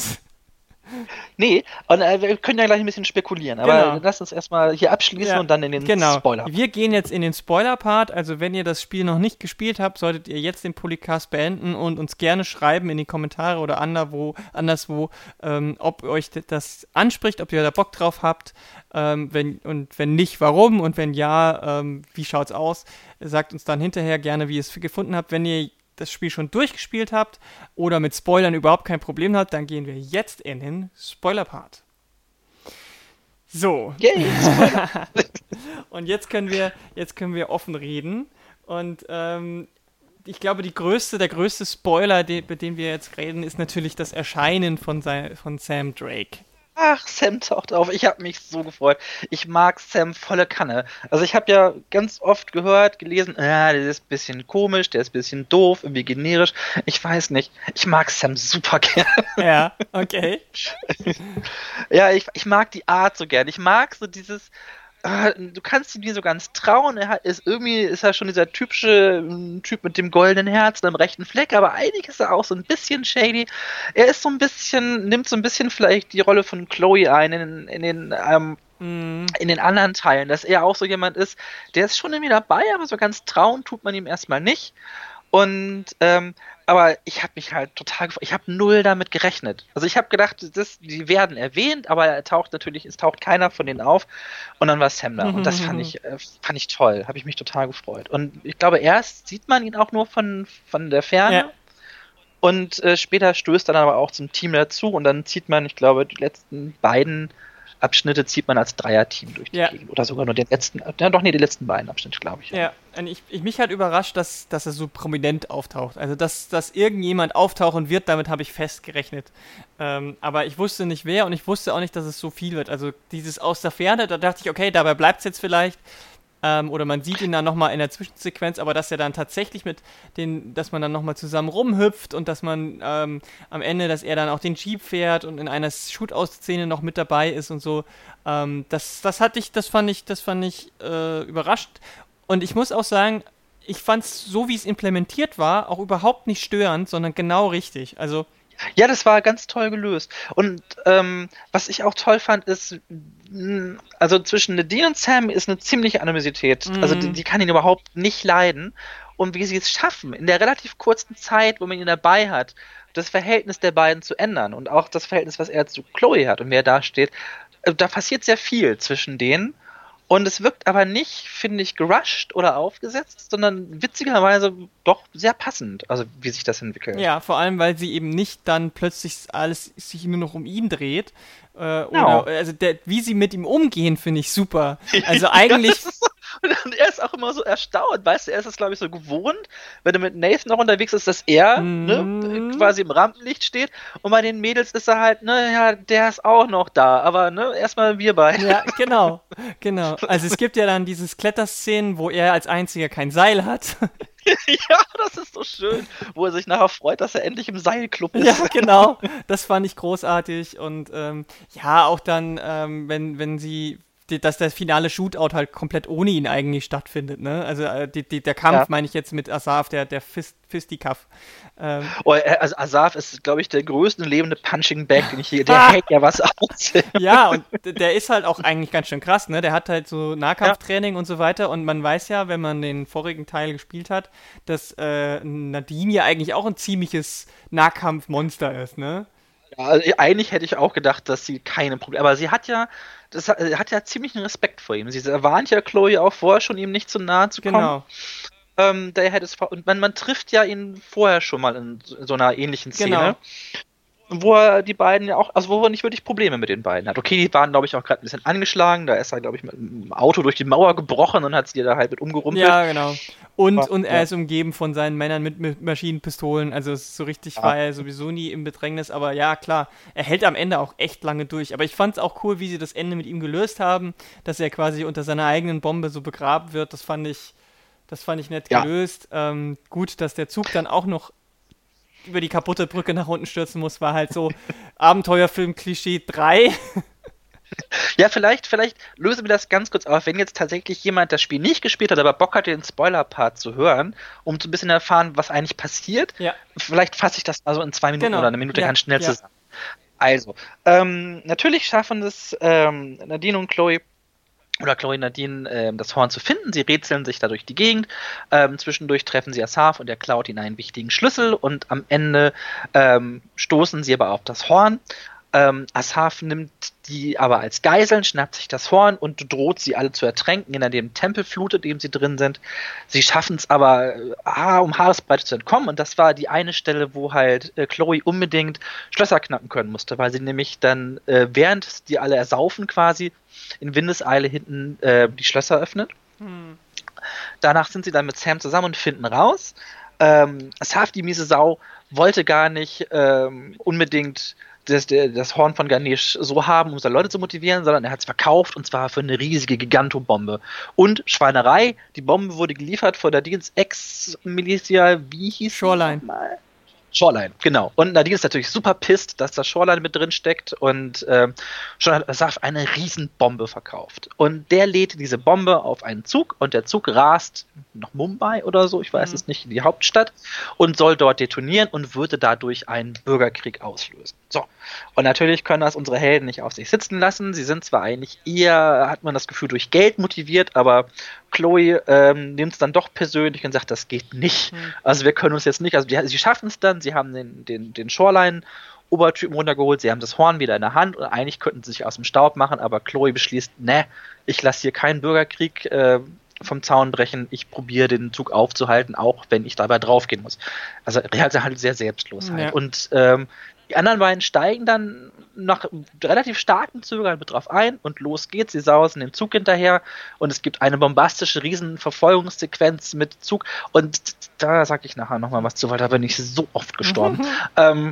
Nee, und äh, wir können ja gleich ein bisschen spekulieren, aber Genau. lass uns erstmal hier abschließen Ja, und dann in den genau. Spoiler. Wir gehen jetzt in den Spoiler-Part, also wenn ihr das Spiel noch nicht gespielt habt, solltet ihr jetzt den Polycast beenden und uns gerne schreiben in die Kommentare oder anderswo, anderswo ähm, ob euch das anspricht, ob ihr da Bock drauf habt, ähm, wenn, und wenn nicht, warum, und wenn ja, ähm, wie schaut's aus? Sagt uns dann hinterher gerne, wie ihr es gefunden habt. Wenn ihr das Spiel schon durchgespielt habt oder mit Spoilern überhaupt kein Problem habt, dann gehen wir jetzt in den Spoiler-Part. So. Yay, Spoiler. Und jetzt können wir, jetzt können wir offen reden. Und ähm, ich glaube, die größte, der größte Spoiler, den, über den wir jetzt reden, ist natürlich das Erscheinen von, sein, von Sam Drake. Ach, Sam taucht auf. Ich habe mich so gefreut. Ich mag Sam volle Kanne. Also ich habe ja ganz oft gehört, gelesen, ah, der ist ein bisschen komisch, der ist ein bisschen doof, irgendwie generisch. Ich weiß nicht. Ich mag Sam super gern. Ja, okay. Ja, ich, ich mag die Art so gern. Ich mag so dieses... Du kannst ihm nie so ganz trauen. Er hat, ist irgendwie ist er schon dieser typische Typ mit dem goldenen Herz und dem rechten Fleck, aber eigentlich ist er auch so ein bisschen shady. Er ist so ein bisschen, nimmt so ein bisschen vielleicht die Rolle von Chloe ein in, in den ähm, mm. in den anderen Teilen, dass er auch so jemand ist, der ist schon irgendwie dabei, aber so ganz trauen tut man ihm erstmal nicht. Und ähm, aber ich habe mich halt total gefreut. Ich habe null damit gerechnet. Also ich habe gedacht, das, die werden erwähnt, aber er taucht natürlich, es taucht keiner von denen auf. Und dann war Sam da. Und das fand ich, äh, fand ich toll. Habe ich mich total gefreut. Und ich glaube, erst sieht man ihn auch nur von, von der Ferne. Ja. Und äh, später stößt er dann aber auch zum Team dazu. Und dann zieht man, ich glaube, die letzten beiden Abschnitte zieht man als Dreierteam durch die ja. Gegend. Oder sogar nur den letzten, ja doch, nee, die letzten beiden Abschnitte, glaube ich. Ja, ja. Und ich, ich mich halt überrascht, dass, dass er so prominent auftaucht. Also, dass, dass irgendjemand auftauchen wird, damit habe ich fest gerechnet. Ähm, aber ich wusste nicht wer und ich wusste auch nicht, dass es so viel wird. Also, dieses aus der Ferne, da dachte ich, okay, dabei bleibt es jetzt vielleicht. Ähm, oder man sieht ihn dann nochmal in der Zwischensequenz, aber dass er dann tatsächlich mit den, dass man dann nochmal zusammen rumhüpft und dass man ähm, am Ende, dass er dann auch den Jeep fährt und in einer Shootout-Szene noch mit dabei ist und so, ähm, das, das hatte ich, das fand ich, das fand ich äh, überrascht. Und ich muss auch sagen, ich fand es so, wie es implementiert war, auch überhaupt nicht störend, sondern genau richtig. Also ja, das war ganz toll gelöst. Und ähm, was ich auch toll fand, ist, also zwischen Nadine und Sam ist eine ziemliche Animosität. Mhm. Also die, die kann ihn überhaupt nicht leiden. Und wie sie es schaffen, in der relativ kurzen Zeit, wo man ihn dabei hat, das Verhältnis der beiden zu ändern und auch das Verhältnis, was er zu Chloe hat und wer da steht, da passiert sehr viel zwischen denen. Und es wirkt aber nicht, finde ich, gerusht oder aufgesetzt, sondern witzigerweise doch sehr passend, also wie sich das entwickelt. Ja, vor allem, weil sie eben nicht dann plötzlich alles sich nur noch um ihn dreht. Äh, genau. Oder, also der, wie sie mit ihm umgehen, finde ich super. Also eigentlich... Und er ist auch immer so erstaunt, weißt du, er ist es, glaube ich, so gewohnt, wenn er mit Nathan noch unterwegs ist, dass er mm. ne, quasi im Rampenlicht steht und bei den Mädels ist er halt, ne, ja, der ist auch noch da, aber ne, erstmal wir beide. Ja, genau, genau. Also es gibt ja dann dieses Kletterszenen, wo er als einziger kein Seil hat. Ja, das ist so schön, wo er sich nachher freut, dass er endlich im Seilclub ist. Ja, genau. Das fand ich großartig. Und ähm, ja, auch dann, ähm, wenn, wenn sie, die, dass das finale Shootout halt komplett ohne ihn eigentlich stattfindet, ne? Also äh, die, die, der Kampf, Ja. meine ich jetzt mit Asaf, der, der Fist, Fisticuff. Ähm, Oh, er- also Asaf ist, glaube ich, der größte lebende Punching Bag, den ich hier, der hält ja was aus. ja, und d- der ist halt auch eigentlich ganz schön krass, ne? Der hat halt so Nahkampftraining und so weiter. Und man weiß ja, wenn man den vorigen Teil gespielt hat, dass äh, Nadine ja eigentlich auch ein ziemliches Nahkampfmonster ist, ne? Ja, also eigentlich hätte ich auch gedacht, dass sie keine Probleme, aber sie hat ja, das hat, hat ja ziemlichen Respekt vor ihm. Sie warnt ja Chloe auch vorher schon, ihm nicht zu nahe zu kommen. Genau. Ähm, der hätte es vor- und man, man trifft ja ihn vorher schon mal in so so einer ähnlichen Szene, Genau. wo er die beiden ja auch, also wo er nicht wirklich Probleme mit den beiden hat. Okay, die waren, glaube ich, auch gerade ein bisschen angeschlagen, da ist er, glaube ich, mit dem Auto durch die Mauer gebrochen und hat sie da halt mit umgerumpelt. Ja, genau. Und, Aber, und er ja. ist umgeben von seinen Männern mit, mit Maschinenpistolen. Also es ist so richtig Ja. war er sowieso nie im Bedrängnis. Aber ja, klar, er hält am Ende auch echt lange durch. Aber ich fand es auch cool, wie sie das Ende mit ihm gelöst haben, dass er quasi unter seiner eigenen Bombe so begraben wird. Das fand ich, das fand ich nett Ja. gelöst. Ähm, gut, dass der Zug dann auch noch über die kaputte Brücke nach unten stürzen muss, war halt so Abenteuerfilm-Klischee drei. Ja, vielleicht, vielleicht lösen wir das ganz kurz auf, wenn jetzt tatsächlich jemand das Spiel nicht gespielt hat, aber Bock hat, den Spoiler-Part zu hören, um so ein bisschen erfahren, was eigentlich passiert. Ja. Vielleicht fasse ich das also in zwei Minuten Genau. oder eine Minute Ja, ganz schnell ja. zusammen. Also, ähm, natürlich schaffen es ähm, Nadine und Chloe oder Chloe und Nadine ähm, das Horn zu finden. Sie rätseln sich da durch die Gegend. Ähm, zwischendurch treffen sie Asaf und er klaut ihnen einen wichtigen Schlüssel und am Ende ähm, stoßen sie aber auf das Horn. Ähm, Asaf nimmt die aber als Geiseln, schnappt sich das Horn und droht sie alle zu ertränken, in dem Tempel flutet, in dem sie drin sind. Sie schaffen es aber, äh, ah, um Haaresbreite zu entkommen. Und das war die eine Stelle, wo halt äh, Chloe unbedingt Schlösser knacken können musste, weil sie nämlich dann, äh, während die alle ersaufen quasi, in Windeseile hinten äh, die Schlösser öffnet. Hm. Danach sind sie dann mit Sam zusammen und finden raus. Ähm, Asaf, die miese Sau, wollte gar nicht ähm, unbedingt das, das Horn von Ganesh so haben, um seine Leute zu motivieren, sondern er hat es verkauft und zwar für eine riesige Gigantobombe. Und Schweinerei, die Bombe wurde geliefert von Nadines Ex-Militia, wie hieß Shoreline. sie nochmal? Shoreline, genau. Und Nadine ist natürlich super pisst, dass da Shoreline mit drin steckt und ähm, schon hat Asaf eine Riesenbombe verkauft. Und der lädt diese Bombe auf einen Zug und der Zug rast nach Mumbai oder so, ich weiß Mhm. es nicht, in die Hauptstadt und soll dort detonieren und würde dadurch einen Bürgerkrieg auslösen. So. Und natürlich können das unsere Helden nicht auf sich sitzen lassen. Sie sind zwar eigentlich eher, hat man das Gefühl, durch Geld motiviert, aber Chloe ähm, nimmt es dann doch persönlich und sagt, das geht nicht. Mhm. Also wir können uns jetzt nicht, also die, sie schaffen es dann, sie haben den, den, den Shoreline-Obertypen runtergeholt, sie haben das Horn wieder in der Hand und eigentlich könnten sie sich aus dem Staub machen, aber Chloe beschließt, ne, ich lasse hier keinen Bürgerkrieg äh, vom Zaun brechen, ich probiere den Zug aufzuhalten, auch wenn ich dabei draufgehen muss. Also halt, halt sehr selbstlos halt. Ja. Und ähm, die anderen beiden steigen dann nach relativ starken Zögern mit drauf ein und los geht's. Sie sausen dem Zug hinterher und es gibt eine bombastische Riesenverfolgungssequenz mit Zug und da sag ich nachher nochmal was zu, weil da bin ich so oft gestorben. ähm,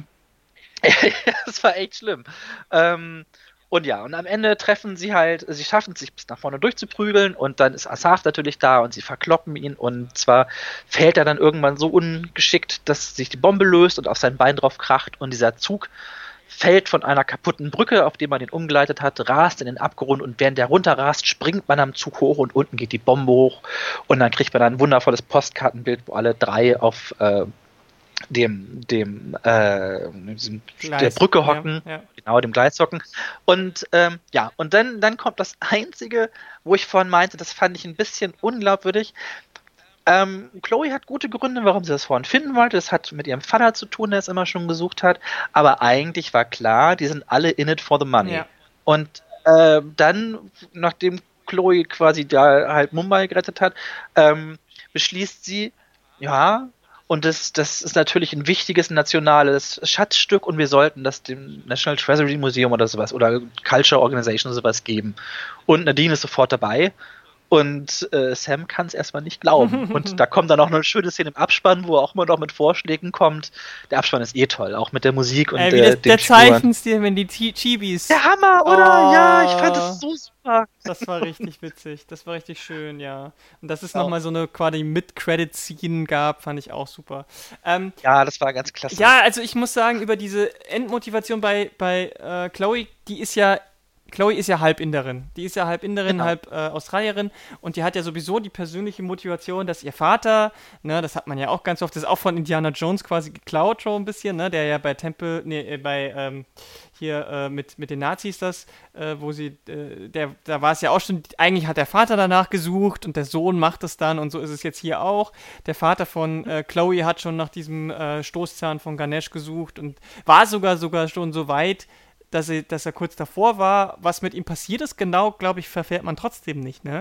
das war echt schlimm. Ähm, und ja, und am Ende treffen sie halt, sie schaffen es sich bis nach vorne durchzuprügeln und dann ist Asaf natürlich da und sie verkloppen ihn und zwar fällt er dann irgendwann so ungeschickt, dass sich die Bombe löst und auf sein Bein drauf kracht und dieser Zug fällt von einer kaputten Brücke, auf die man ihn umgeleitet hat, rast in den Abgrund und während der runterrast, springt man am Zug hoch und unten geht die Bombe hoch und dann kriegt man ein wundervolles Postkartenbild, wo alle drei auf äh, dem, dem, äh, diesem, Gleis, der Brücke hocken, ja, ja. genau, dem Gleis hocken. Und ähm, ja, und dann, dann kommt das Einzige, wo ich vorhin meinte, das fand ich ein bisschen unglaubwürdig. Ähm, Chloe hat gute Gründe, warum sie das Horn finden wollte. Das hat mit ihrem Vater zu tun, der es immer schon gesucht hat. Aber eigentlich war klar, die sind alle in it for the money. Ja. Und äh, dann, nachdem Chloe quasi da halt Mumbai gerettet hat, ähm, beschließt sie, ja, und das, das ist natürlich ein wichtiges nationales Schatzstück und wir sollten das dem National Treasury Museum oder sowas oder Culture Organization oder sowas geben. Und Nadine ist sofort dabei Und äh, Sam kann es erstmal nicht glauben. Und da kommt dann auch noch eine schöne Szene im Abspann, wo er auch immer noch mit Vorschlägen kommt. Der Abspann ist eh toll, auch mit der Musik und äh, der, der, den der Figuren. Zeichenstil, wenn die Chi- Chibis. Der Hammer, oder? Oh. Ja, ich fand das so super. Das war richtig witzig. Das war richtig schön, ja. Und dass es Auch. nochmal so eine quasi Mid-Credit-Scene gab, fand ich auch super. Ähm, Ja, das war ganz klasse. ja, also ich muss sagen, über diese Endmotivation bei, bei äh, Chloe, die ist ja Chloe ist ja halb Inderin. Die ist ja halb Inderin, Genau. halb äh, Australierin und die hat ja sowieso die persönliche Motivation, dass ihr Vater, ne, das hat man ja auch ganz oft, das ist auch von Indiana Jones quasi geklaut schon ein bisschen, ne, der ja bei Tempel, nee, äh, bei, ähm, hier äh, mit, mit den Nazis das, äh, wo sie, äh, der, da war es ja auch schon, eigentlich hat der Vater danach gesucht und der Sohn macht es dann und so ist es jetzt hier auch. Der Vater von äh, Chloe hat schon nach diesem äh, Stoßzahn von Ganesh gesucht und war sogar sogar schon so weit, dass er, dass er kurz davor war. Was mit ihm passiert ist, genau, glaube ich, verfährt man trotzdem nicht, ne?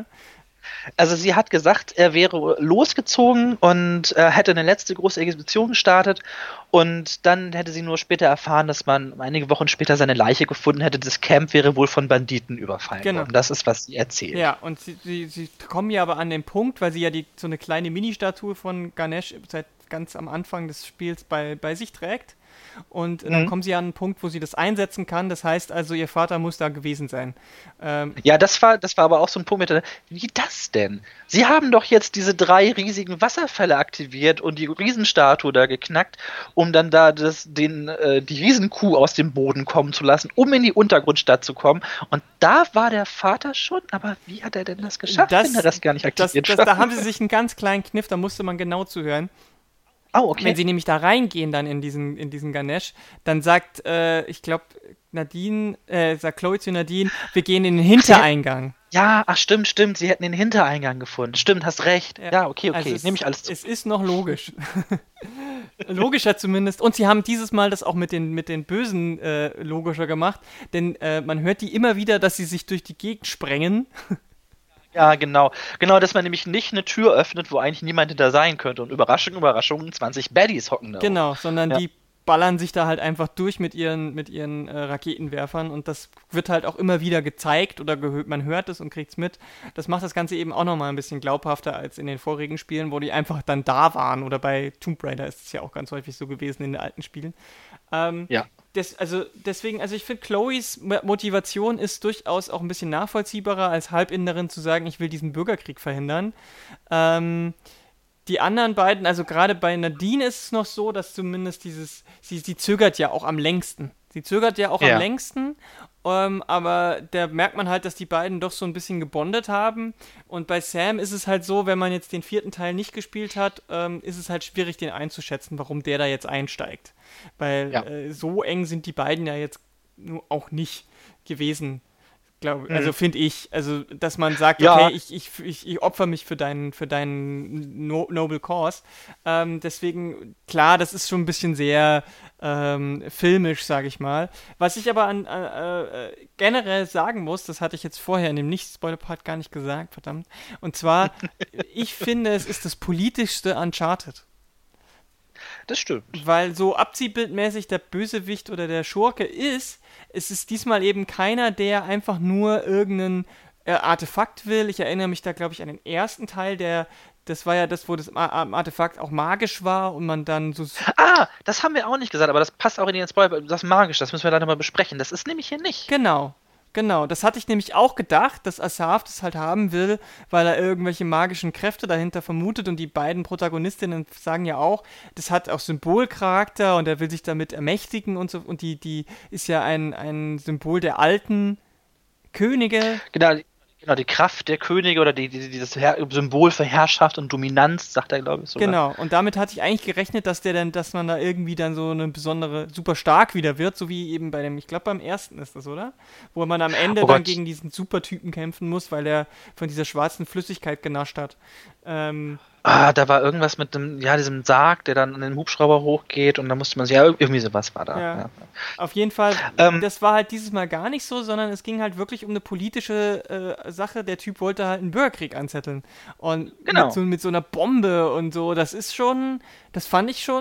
Also sie hat gesagt, er wäre losgezogen und äh, hätte eine letzte große Expedition gestartet und dann hätte sie nur später erfahren, dass man einige Wochen später seine Leiche gefunden hätte. Das Camp wäre wohl von Banditen überfallen Genau. worden. Das ist, was sie erzählt. Ja, und sie, sie, sie kommen ja aber an den Punkt, weil sie ja die, so eine kleine Mini-Statue von Ganesh seit ganz am Anfang des Spiels bei, bei sich trägt. Und dann Mhm. kommen sie an einen Punkt, wo sie das einsetzen kann. Das heißt also, ihr Vater muss da gewesen sein. Ähm, Ja, das war, das war aber auch so ein Punkt mit der, wie das denn? Sie haben doch jetzt diese drei riesigen Wasserfälle aktiviert und die Riesenstatue da geknackt, um dann da das, den, äh, die Riesenkuh aus dem Boden kommen zu lassen, um in die Untergrundstadt zu kommen. Und da war der Vater schon, aber wie hat er denn das geschafft, Das- wenn er das gar nicht das, aktiviert das, hat? da haben sie sich einen ganz kleinen Kniff, da musste man genau zuhören. Oh, okay. Wenn sie nämlich da reingehen dann in diesen, in diesen Ganesh, dann sagt, äh, ich glaube, Nadine, äh, sagt Chloe zu Nadine, wir gehen in den Hintereingang. Ja, ach stimmt, stimmt, sie hätten den Hintereingang gefunden. Stimmt, hast recht. Ja, okay, okay, Also es, nehme ich alles zu. Es ist noch logisch. Logischer zumindest. Und sie haben dieses Mal das auch mit den, mit den Bösen äh, logischer gemacht, denn äh, man hört die immer wieder, dass sie sich durch die Gegend sprengen. Ja, genau. Genau, dass man nämlich nicht eine Tür öffnet, wo eigentlich niemand da sein könnte. Und Überraschung, Überraschung, zwanzig Baddies hocken da. Genau, sondern Ja. die ballern sich da halt einfach durch mit ihren, mit ihren äh, Raketenwerfern und das wird halt auch immer wieder gezeigt oder gehört, man hört es und kriegt es mit. Das macht das Ganze eben auch nochmal ein bisschen glaubhafter als in den vorigen Spielen, wo die einfach dann da waren oder bei Tomb Raider ist es ja auch ganz häufig so gewesen in den alten Spielen. Ähm, Ja. Des, also deswegen, also ich finde, Chloes Mo- Motivation ist durchaus auch ein bisschen nachvollziehbarer als Halbinderin zu sagen, ich will diesen Bürgerkrieg verhindern. Ähm, die anderen beiden, also gerade bei Nadine ist es noch so, dass zumindest dieses, sie, sie zögert ja auch am längsten. Sie zögert ja auch Ja. am längsten, ähm, aber da merkt man halt, dass die beiden doch so ein bisschen gebondet haben. Und bei Sam ist es halt so, wenn man jetzt den vierten Teil nicht gespielt hat, ähm, ist es halt schwierig, den einzuschätzen, warum der da jetzt einsteigt. Weil Ja. äh, so eng sind die beiden ja jetzt nu- auch nicht gewesen. Glaub, Mhm. also finde ich, also dass man sagt, Ja. okay, ich, ich, ich, ich opfer mich für deinen, für deinen no Noble Cause. Ähm, deswegen, klar, das ist schon ein bisschen sehr ähm, filmisch, sage ich mal. Was ich aber an, äh, äh, generell sagen muss, das hatte ich jetzt vorher in dem Nicht-Spoiler-Part gar nicht gesagt, verdammt. Und zwar, ich finde, es ist das politischste Uncharted. Das stimmt. Weil so abziehbildmäßig der Bösewicht oder der Schurke ist, es ist diesmal eben keiner, der einfach nur irgendein äh, Artefakt will. Ich erinnere mich da, glaube ich, an den ersten Teil, der, das war ja das, wo das A- A- Artefakt auch magisch war und man dann so... Ah, das haben wir auch nicht gesagt, aber das passt auch in den Spoiler. Das ist magisch, das müssen wir leider mal besprechen. Das ist nämlich hier nicht. Genau, genau. Das hatte ich nämlich auch gedacht, dass Asaf das halt haben will, weil er irgendwelche magischen Kräfte dahinter vermutet und die beiden Protagonistinnen sagen ja auch, das hat auch Symbolcharakter und er will sich damit ermächtigen und so und die, die ist ja ein, ein Symbol der alten Könige. Genau, genau, die Kraft der Könige oder die, die, dieses Her Symbol für Herrschaft und Dominanz, sagt er, glaube ich. Sogar. Genau, und damit hatte ich eigentlich gerechnet, dass der dann, dass man da irgendwie dann so eine besondere, super stark wieder wird, so wie eben bei dem, ich glaube beim ersten ist das, oder? Wo man am Ende Oh dann Gott. gegen diesen Supertypen kämpfen muss, weil er von dieser schwarzen Flüssigkeit genascht hat. Ähm, Ah, da war irgendwas mit dem, ja, diesem Sarg, der dann an den Hubschrauber hochgeht und da musste man sich, ja, irgendwie sowas war da. Ja. Ja. Auf jeden Fall, Ähm. das war halt dieses Mal gar nicht so, sondern es ging halt wirklich um eine politische äh, Sache. Der Typ wollte halt einen Bürgerkrieg anzetteln. Und Genau. mit, so, mit so einer Bombe und so, das ist schon, das fand ich schon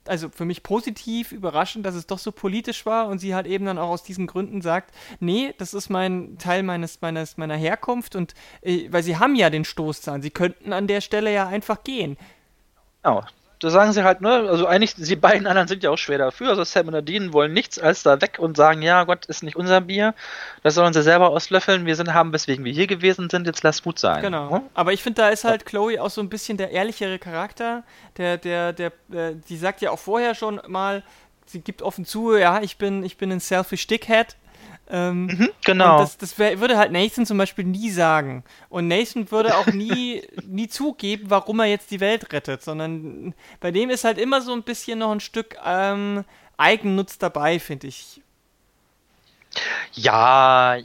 also für mich positiv überraschend, dass es doch so politisch war und sie halt eben dann auch aus diesen Gründen sagt, nee, das ist mein Teil meines, meines, meiner Herkunft und äh, weil sie haben ja den Stoßzahn, sie könnten an der Stelle ja einfach gehen. Genau. Da sagen sie halt, ne, also eigentlich, die beiden anderen sind ja auch schwer dafür, also Sam und Nadine wollen nichts als da weg und sagen, ja Gott, ist nicht unser Bier, das sollen sie selber auslöffeln, wir sind, haben, weswegen wir hier gewesen sind, jetzt lass gut sein. Genau, hm? aber ich finde, da ist halt Chloe auch so ein bisschen der ehrlichere Charakter, der, der, der, äh, die sagt ja auch vorher schon mal, sie gibt offen zu, ja, ich bin, ich bin ein selfish Dickhead. Ähm, mhm, genau. Und das, das wär, würde halt Nathan zum Beispiel nie sagen. Und Nathan würde auch nie, nie zugeben, warum er jetzt die Welt rettet, sondern bei dem ist halt immer so ein bisschen noch ein Stück ähm, Eigennutz dabei, finde ich. Ja,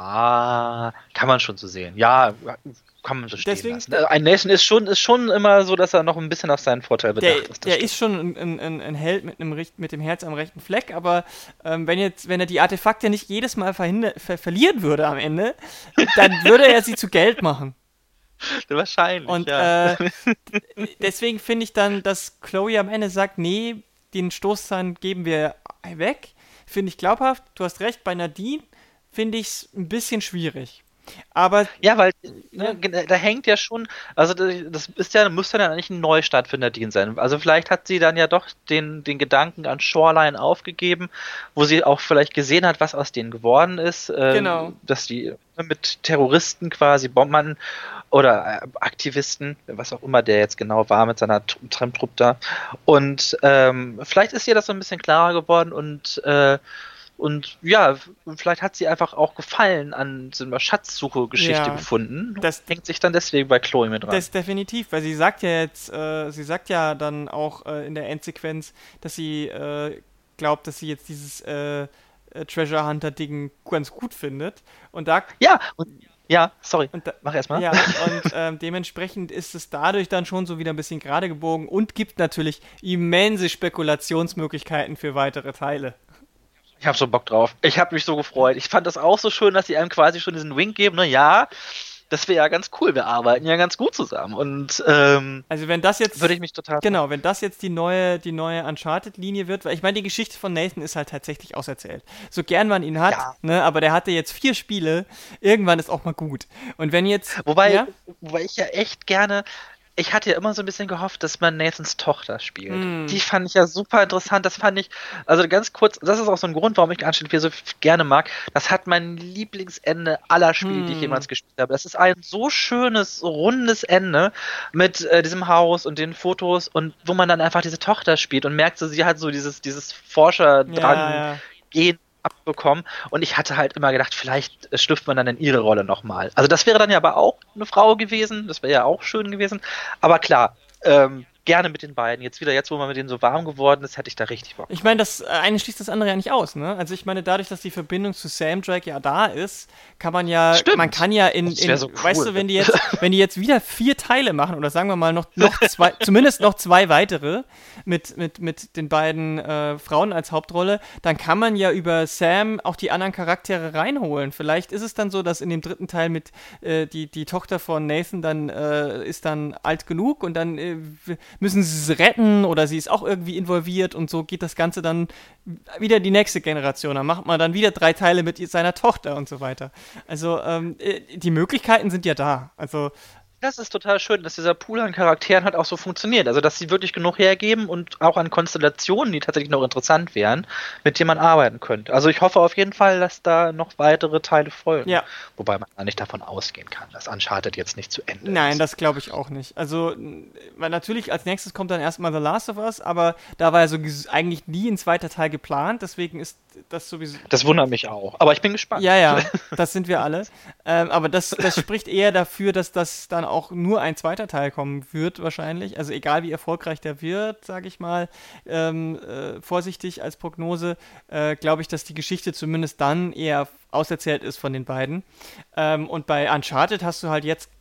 ja, kann man schon so sehen. Ja, kann man so stehen Deswegen, lassen. Ein Nathan ist schon, ist schon immer so, dass er noch ein bisschen auf seinen Vorteil bedacht der, ist. Der stimmt. Ist schon ein, ein, ein Held mit, einem, mit dem Herz am rechten Fleck, aber ähm, wenn, jetzt, wenn er die Artefakte nicht jedes Mal verhinder, ver verlieren würde am Ende, dann würde er sie zu Geld machen. Wahrscheinlich, Und ja. äh, deswegen finde ich dann, dass Chloe am Ende sagt, nee, den Stoßzahn geben wir weg. Finde ich glaubhaft. Du hast recht, bei Nadine finde ich es ein bisschen schwierig. Aber ja, weil ne, da hängt ja schon, also das ist ja, muss ja eigentlich ein Neustart für Nadine sein. Also vielleicht hat sie dann ja doch den, den Gedanken an Shoreline aufgegeben, wo sie auch vielleicht gesehen hat, was aus denen geworden ist. Ähm, genau. Dass die mit Terroristen quasi Bombern oder äh, Aktivisten, was auch immer der jetzt genau war mit seiner Tramtrupp da. Und ähm, vielleicht ist ihr das so ein bisschen klarer geworden und äh, Und ja, vielleicht hat sie einfach auch Gefallen an so einer Schatzsuche-Geschichte ja, gefunden. Das hängt sich dann deswegen bei Chloe mit dran. Das definitiv, weil sie sagt ja jetzt, äh, sie sagt ja dann auch äh, in der Endsequenz, dass sie äh, glaubt, dass sie jetzt dieses äh, Treasure Hunter-Ding ganz gut findet. Und da. Ja, und ja, sorry, und da, mach erstmal. Ja, und ähm, dementsprechend ist es dadurch dann schon so wieder ein bisschen gerade gebogen und gibt natürlich immense Spekulationsmöglichkeiten für weitere Teile. Ich hab so Bock drauf. Ich hab mich so gefreut. Ich fand das auch so schön, dass sie einem quasi schon diesen Wink geben, ne, ja, das wäre ja ganz cool, wir arbeiten ja ganz gut zusammen. Und ähm, also wenn das jetzt würde ich mich total genau, wenn das jetzt die neue, die neue Uncharted-Linie wird, weil ich meine, die Geschichte von Nathan ist halt tatsächlich auserzählt. So gern man ihn hat, ja. ne, aber der hatte jetzt vier Spiele, irgendwann ist auch mal gut. Und wenn jetzt wobei, ja? wobei ich ja echt gerne ich hatte ja immer so ein bisschen gehofft, dass man Nathans Tochter spielt. Mm. Die fand ich ja super interessant. Das fand ich, also ganz kurz, das ist auch so ein Grund, warum ich Uncharted vier so gerne mag. Das hat mein Lieblingsende aller Spiele, mm. die ich jemals gespielt habe. Das ist ein so schönes, rundes Ende mit äh, diesem Haus und den Fotos und wo man dann einfach diese Tochter spielt und merkt, so, sie hat so dieses, dieses Forscherdrang ja, ja. gehen abbekommen und ich hatte halt immer gedacht, vielleicht schlüpft man dann in ihre Rolle nochmal. Also das wäre dann ja aber auch eine Frau gewesen, das wäre ja auch schön gewesen, aber klar, ähm, gerne mit den beiden. Jetzt wieder, jetzt wo man mit denen so warm geworden ist, hätte ich da richtig Bock. Ich meine, das eine schließt das andere ja nicht aus, ne? Also ich meine, dadurch, dass die Verbindung zu Sam Drake ja da ist, kann man ja, Stimmt. man kann ja in, in so cool. weißt du, wenn die jetzt, wenn die jetzt wieder vier Teile machen, oder sagen wir mal noch, noch zwei, zumindest noch zwei weitere mit, mit, mit den beiden äh, Frauen als Hauptrolle, dann kann man ja über Sam auch die anderen Charaktere reinholen. Vielleicht ist es dann so, dass in dem dritten Teil mit äh, die, die Tochter von Nathan dann äh, ist dann alt genug und dann äh, müssen sie es retten oder sie ist auch irgendwie involviert und so geht das Ganze dann wieder die nächste Generation. Dann macht man dann wieder drei Teile mit seiner Tochter und so weiter. Also ähm, die Möglichkeiten sind ja da. Also das ist total schön, dass dieser Pool an Charakteren halt auch so funktioniert. Also, dass sie wirklich genug hergeben und auch an Konstellationen, die tatsächlich noch interessant wären, mit denen man arbeiten könnte. Also, ich hoffe auf jeden Fall, dass da noch weitere Teile folgen. Ja. Wobei man da nicht davon ausgehen kann, dass Uncharted jetzt nicht zu Ende Nein, ist. Nein, das glaube ich auch nicht. Also, weil natürlich als nächstes kommt dann erstmal The Last of Us, aber da war ja so eigentlich nie ein zweiter Teil geplant, deswegen ist das sowieso... Das wundert mich auch, aber ich bin gespannt. Ja, ja, das sind wir alle. Ähm, aber das, das spricht eher dafür, dass das dann auch nur ein zweiter Teil kommen wird wahrscheinlich. Also egal wie erfolgreich der wird, sage ich mal, ähm, äh, vorsichtig als Prognose, äh, glaube ich, dass die Geschichte zumindest dann eher auserzählt ist von den beiden. Ähm, und bei Uncharted hast du halt jetzt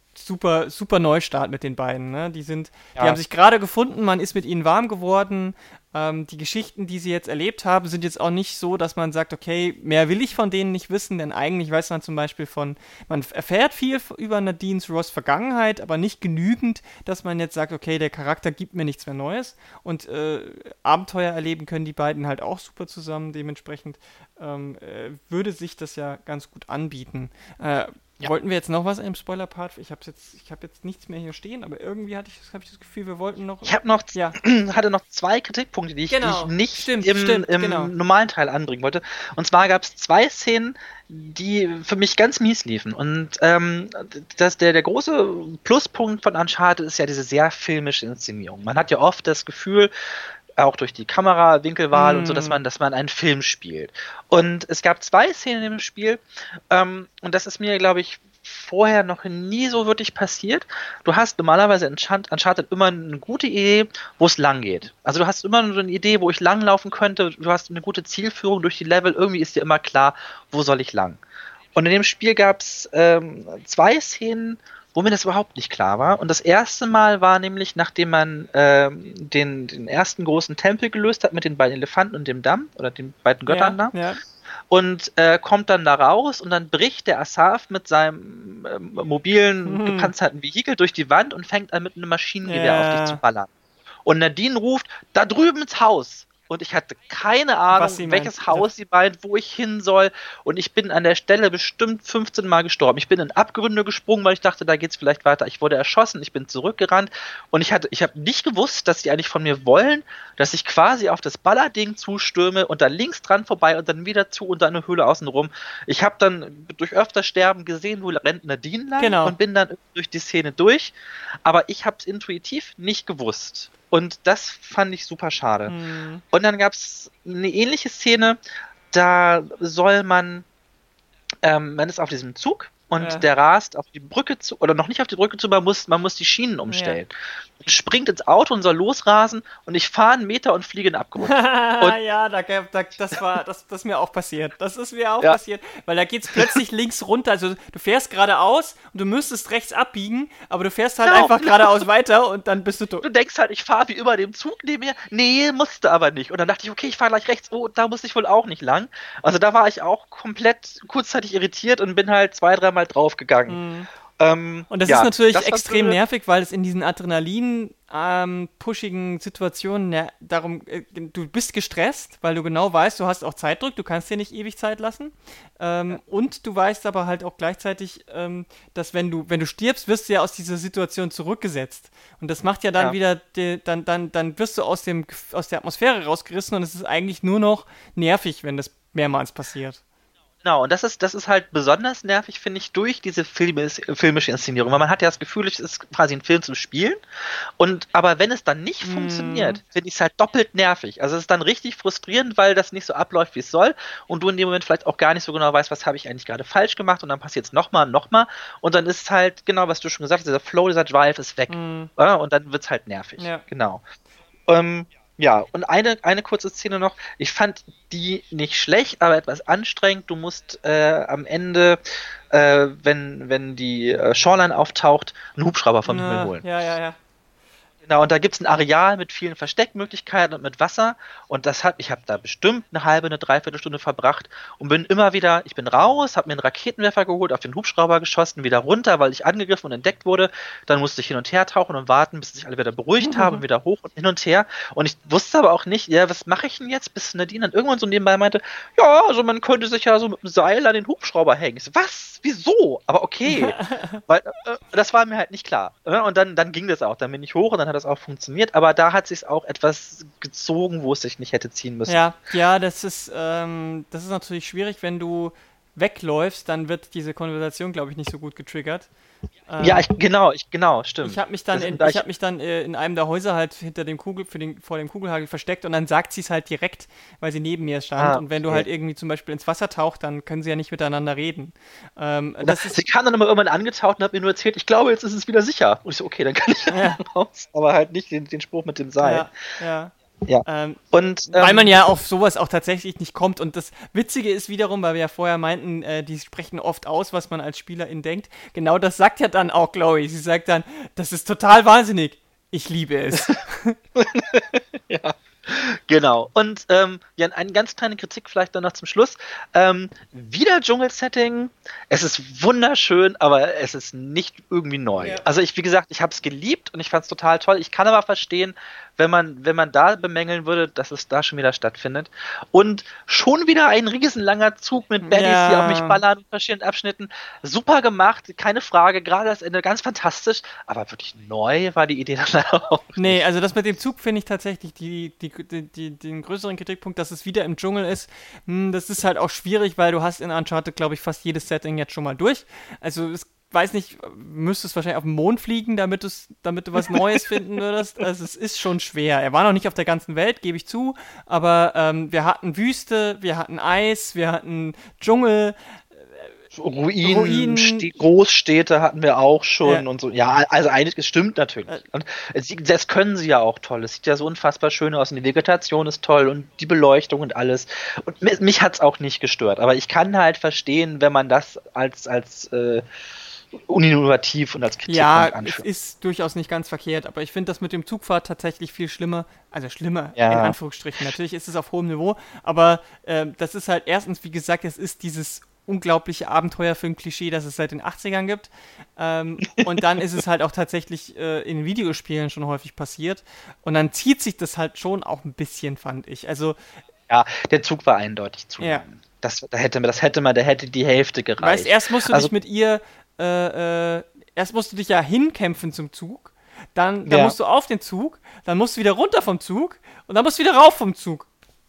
super, super Neustart mit den beiden, ne? Die sind, Ja. die haben sich gerade gefunden, man ist mit ihnen warm geworden. Ähm, die Geschichten, die sie jetzt erlebt haben, sind jetzt auch nicht so, dass man sagt, okay, mehr will ich von denen nicht wissen, denn eigentlich weiß man zum Beispiel von, man erfährt viel f- über Nadine Ross Vergangenheit, aber nicht genügend, dass man jetzt sagt, okay, der Charakter gibt mir nichts mehr Neues und äh, Abenteuer erleben können die beiden halt auch super zusammen, dementsprechend ähm, äh, würde sich das ja ganz gut anbieten. Äh, Ja. Wollten wir jetzt noch was im Spoiler-Part? Ich habe jetzt, ich habe jetzt nichts mehr hier stehen, aber irgendwie hatte ich, habe ich das Gefühl, wir wollten noch. Ich habe noch, Ja. hatte noch zwei Kritikpunkte, die ich, Genau. die ich nicht Stimmt, im, stimmt, im genau. normalen Teil anbringen wollte. Und zwar gab es zwei Szenen, die für mich ganz mies liefen. Und ähm, das, der, der große Pluspunkt von Uncharted ist ja diese sehr filmische Inszenierung. Man hat ja oft das Gefühl, auch durch die Kamerawinkelwahl Mm. und so, dass man, dass man einen Film spielt. Und es gab zwei Szenen im Spiel, ähm, und das ist mir, glaube ich, vorher noch nie so wirklich passiert. Du hast normalerweise in Uncharted immer eine gute Idee, wo es lang geht. Also du hast immer so eine Idee, wo ich langlaufen könnte, du hast eine gute Zielführung durch die Level, irgendwie ist dir immer klar, wo soll ich lang. Und in dem Spiel gab es ähm, zwei Szenen, wo mir das überhaupt nicht klar war. Und das erste Mal war nämlich, nachdem man ähm, den, den ersten großen Tempel gelöst hat mit den beiden Elefanten und dem Damm, oder den beiden Göttern ja, da, ja. und äh, kommt dann da raus und dann bricht der Asaf mit seinem ähm, mobilen, Mhm. gepanzerten Vehikel durch die Wand und fängt an, mit einem Maschinengewehr Ja. auf dich zu ballern. Und Nadine ruft, da drüben ins Haus. Und ich hatte keine Ahnung, Was sie meint. welches Haus sie meint, wo ich hin soll. Und ich bin an der Stelle bestimmt fünfzehn Mal gestorben. Ich bin in Abgründe gesprungen, weil ich dachte, da geht's vielleicht weiter. Ich wurde erschossen, ich bin zurückgerannt. Und ich hatte, ich habe nicht gewusst, dass die eigentlich von mir wollen, dass ich quasi auf das Ballerding zustürme und dann links dran vorbei und dann wieder zu und dann eine Höhle außen rum. Ich habe dann durch öfter Sterben gesehen, wo rennt Nadine lang, Genau. und bin dann durch die Szene durch. Aber ich habe es intuitiv nicht gewusst. Und das fand ich super schade. Hm. Und dann gab es eine ähnliche Szene, da soll man, ähm, man ist auf diesem Zug und Ja. der rast auf die Brücke zu, oder noch nicht auf die Brücke zu, man muss, man muss die Schienen umstellen. Und springt ins Auto und soll losrasen und ich fahre einen Meter und fliege in den Abgrund. ja, da, da, das war, das, das ist mir auch passiert. Das ist mir auch Ja. passiert, weil da geht's plötzlich links runter. Also du fährst geradeaus und du müsstest rechts abbiegen, aber du fährst halt Genau, einfach genau. geradeaus weiter und dann bist du tot. Du denkst halt, ich fahre wie über dem Zug neben mir. Nee, musste aber nicht. Und dann dachte ich, okay, ich fahre gleich rechts. Oh, da muss ich wohl auch nicht lang. Also da war ich auch komplett kurzzeitig irritiert und bin halt zwei, dreimal draufgegangen. Mhm. Ähm, Und das ja, ist natürlich das war extrem so eine- nervig, weil es in diesen Adrenalin ähm, pushigen Situationen ne, darum, äh, du bist gestresst, weil du genau weißt, du hast auch Zeitdruck, du kannst dir nicht ewig Zeit lassen. Ähm, Ja. Und du weißt aber halt auch gleichzeitig, ähm, dass wenn du, wenn du stirbst, wirst du ja aus dieser Situation zurückgesetzt. Und das macht ja dann Ja. wieder, die, dann, dann, dann wirst du aus, dem, aus der Atmosphäre rausgerissen und es ist eigentlich nur noch nervig, wenn das mehrmals passiert. Genau, und das ist, das ist halt besonders nervig, finde ich, durch diese Filmis, filmische Inszenierung, weil man hat ja das Gefühl, es ist quasi ein Film zum Spielen, und aber wenn es dann nicht Mm. funktioniert, finde ich es halt doppelt nervig. Also es ist dann richtig frustrierend, weil das nicht so abläuft, wie es soll, und du in dem Moment vielleicht auch gar nicht so genau weißt, was habe ich eigentlich gerade falsch gemacht, und dann passiert es nochmal und nochmal, und dann ist es halt, genau, was du schon gesagt hast, dieser Flow, dieser Drive ist weg, Mm. ja, und dann wird es halt nervig. Ja. Genau. Ähm, ja, und eine, eine kurze Szene noch. Ich fand die nicht schlecht, aber etwas anstrengend. Du musst äh, am Ende, äh, wenn, wenn die äh, Shoreline auftaucht, einen Hubschrauber vom Himmel Ja, holen. ja, ja, ja. Genau, und da gibt es ein Areal mit vielen Versteckmöglichkeiten und mit Wasser. Und das hat, ich habe da bestimmt eine halbe, eine Dreiviertelstunde verbracht und bin immer wieder, ich bin raus, habe mir einen Raketenwerfer geholt, auf den Hubschrauber geschossen, wieder runter, weil ich angegriffen und entdeckt wurde. Dann musste ich hin und her tauchen und warten, bis sich alle wieder beruhigt haben, und wieder hoch und hin und her. Und ich wusste aber auch nicht, ja, was mache ich denn jetzt, bis Nadine dann irgendwann so nebenbei meinte, ja, also man könnte sich ja so mit dem Seil an den Hubschrauber hängen. Ich so, was? Wieso? Aber okay. Weil äh, das war mir halt nicht klar. Äh, Und dann, dann ging das auch. Dann bin ich hoch und dann hat das auch funktioniert. Aber da hat sich auch etwas gezogen, wo es sich nicht hätte ziehen müssen. Ja, ja, das ist, ähm, das ist natürlich schwierig, wenn du wegläufst, dann wird diese Konversation, glaube ich, nicht so gut getriggert. Ähm, Ja, ich, genau, ich, genau, stimmt. Ich habe mich dann, Das- in, da ich hab mich dann äh, in einem der Häuser halt hinter dem Kugel, für den, vor dem Kugelhagel versteckt, und dann sagt sie es halt direkt, weil sie neben mir stand. Ah, Und wenn du okay. halt irgendwie zum Beispiel ins Wasser tauchst, dann können sie ja nicht miteinander reden. Ähm, Und das das, ist, sie kam dann immer irgendwann angetaucht und hat mir nur erzählt, ich glaube, jetzt ist es wieder sicher. Und ich so, okay, dann kann ich Ja. raus. Aber halt nicht den, den Spruch mit dem Seil. ja, ja. Ja. Ähm, und, ähm, weil man ja auf sowas auch tatsächlich nicht kommt. Und das Witzige ist wiederum, weil wir ja vorher meinten, äh, die sprechen oft aus, was man als Spielerin denkt. Genau das sagt ja dann auch Chloe. Sie sagt dann, das ist total wahnsinnig. Ich liebe es. Ja. Genau. Und ähm, ja, eine ganz kleine Kritik vielleicht dann noch zum Schluss. Ähm, wieder Dschungel-Setting. Es ist wunderschön, aber es ist nicht irgendwie neu. Ja. Also ich, wie gesagt, ich habe es geliebt und ich fand es total toll. Ich kann aber verstehen, wenn man, wenn man da bemängeln würde, dass es da schon wieder stattfindet. Und schon wieder ein riesenlanger Zug mit Baddies, Ja. die auf mich ballern in verschiedenen Abschnitten. Super gemacht, keine Frage. Gerade das Ende ganz fantastisch. Aber wirklich neu war die Idee dann auch nicht. Nee, also das mit dem Zug finde ich tatsächlich die, die, die, die, den größeren Kritikpunkt, dass es wieder im Dschungel ist. Hm, das ist halt auch schwierig, weil du hast in Uncharted, glaube ich, fast jedes Setting jetzt schon mal durch. Also es weiß nicht, müsstest wahrscheinlich auf den Mond fliegen, damit, damit du was Neues finden würdest. Also es ist schon schwer. Er war noch nicht auf der ganzen Welt, gebe ich zu, aber ähm, wir hatten Wüste, wir hatten Eis, wir hatten Dschungel, Ruinen, Ruinen. Sti- Großstädte hatten wir auch schon Ja. und so. Ja, also einiges stimmt natürlich. Und es, das können sie ja auch toll. Es sieht ja so unfassbar schön aus und die Vegetation ist toll und die Beleuchtung und alles. Und mich, mich hat es auch nicht gestört. Aber ich kann halt verstehen, wenn man das als, als äh, uninnovativ und als Kritikpunkt ja, es anführt. ist durchaus nicht ganz verkehrt, aber ich finde das mit dem Zugfahrt tatsächlich viel schlimmer, also schlimmer, Ja. in Anführungsstrichen. Natürlich ist es auf hohem Niveau, aber äh, das ist halt erstens, wie gesagt, es ist dieses unglaubliche Abenteuerfilm-Klischee, das es seit den achtzigern gibt. Ähm, und dann ist es halt auch tatsächlich äh, in Videospielen schon häufig passiert. Und dann zieht sich das halt schon auch ein bisschen, fand ich. Also, Ja, der Zug war eindeutig zu Ja. lang. Das, da hätte, das hätte man, da hätte die Hälfte gereicht. weißt, erst musst du Also- dich mit ihr, äh, äh, erst musst du dich ja hinkämpfen zum Zug, dann, dann Ja. musst du auf den Zug, dann musst du wieder runter vom Zug und dann musst du wieder rauf vom Zug.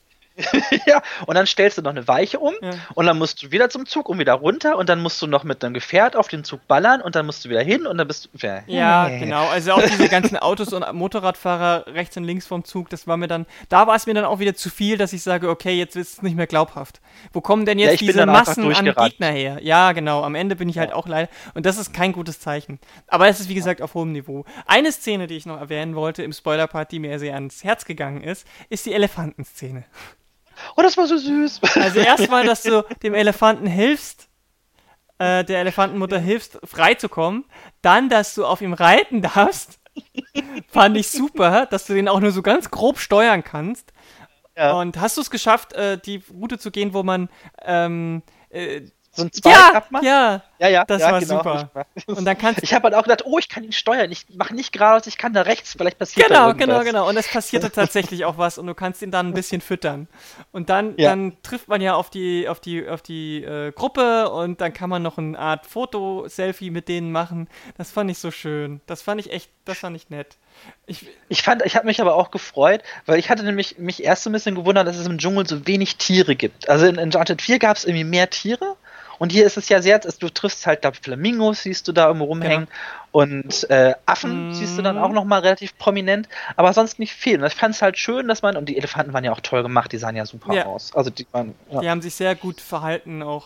Ja, und dann stellst du noch eine Weiche um Ja. und dann musst du wieder zum Zug und wieder runter und dann musst du noch mit einem Gefährt auf den Zug ballern und dann musst du wieder hin und dann bist du. Ja, Ja, genau. Also auch diese ganzen Autos und Motorradfahrer rechts und links vom Zug, das war mir dann, da war es mir dann auch wieder zu viel, dass ich sage, okay, jetzt ist es nicht mehr glaubhaft. Wo kommen denn Ja, jetzt ich bin diese dann einfach Massen an durchgerannt. Gegner her? Ja, genau. Am Ende bin ich halt auch leider, und das ist kein gutes Zeichen. Aber es ist, wie gesagt, auf hohem Niveau. Eine Szene, die ich noch erwähnen wollte im Spoiler-Part, die mir sehr ans Herz gegangen ist, ist die Elefantenszene. Oh, das war so süß. Also erstmal, dass du dem Elefanten hilfst, äh, der Elefantenmutter hilfst, freizukommen. Dann, dass du auf ihm reiten darfst. Fand ich super, dass du den auch nur so ganz grob steuern kannst. Ja. Und hast du es geschafft, äh, die Route zu gehen, wo man ähm, äh, So ein zwei ja, Abmaß? ja, ja, ja, das ja, war genau. super. Und dann kannst Ich habe halt auch gedacht, oh, ich kann ihn steuern. Ich mache nicht geradeaus, ich kann da rechts. Vielleicht passiert da Genau, irgendwas. genau, genau. Und es passierte tatsächlich auch was und du kannst ihn dann ein bisschen füttern. Und dann, Ja. dann trifft man ja auf die, auf die, auf die äh, Gruppe und dann kann man noch eine Art Foto-Selfie mit denen machen. Das fand ich so schön. Das fand ich echt, das fand ich nett. Ich, Ich fand, ich habe mich aber auch gefreut, weil ich hatte nämlich mich erst so ein bisschen gewundert, dass es im Dschungel so wenig Tiere gibt. Also in Uncharted vier gab es irgendwie mehr Tiere. Und hier ist es ja sehr, du triffst halt, glaube Flamingos, siehst du da irgendwo rumhängen. Und äh, Affen Mm. siehst du dann auch nochmal relativ prominent. Aber sonst nicht viel. Und ich fand es halt schön, dass man, und die Elefanten waren ja auch toll gemacht, die sahen ja super Ja. aus. Also die waren, ja. die haben sich sehr gut verhalten auch.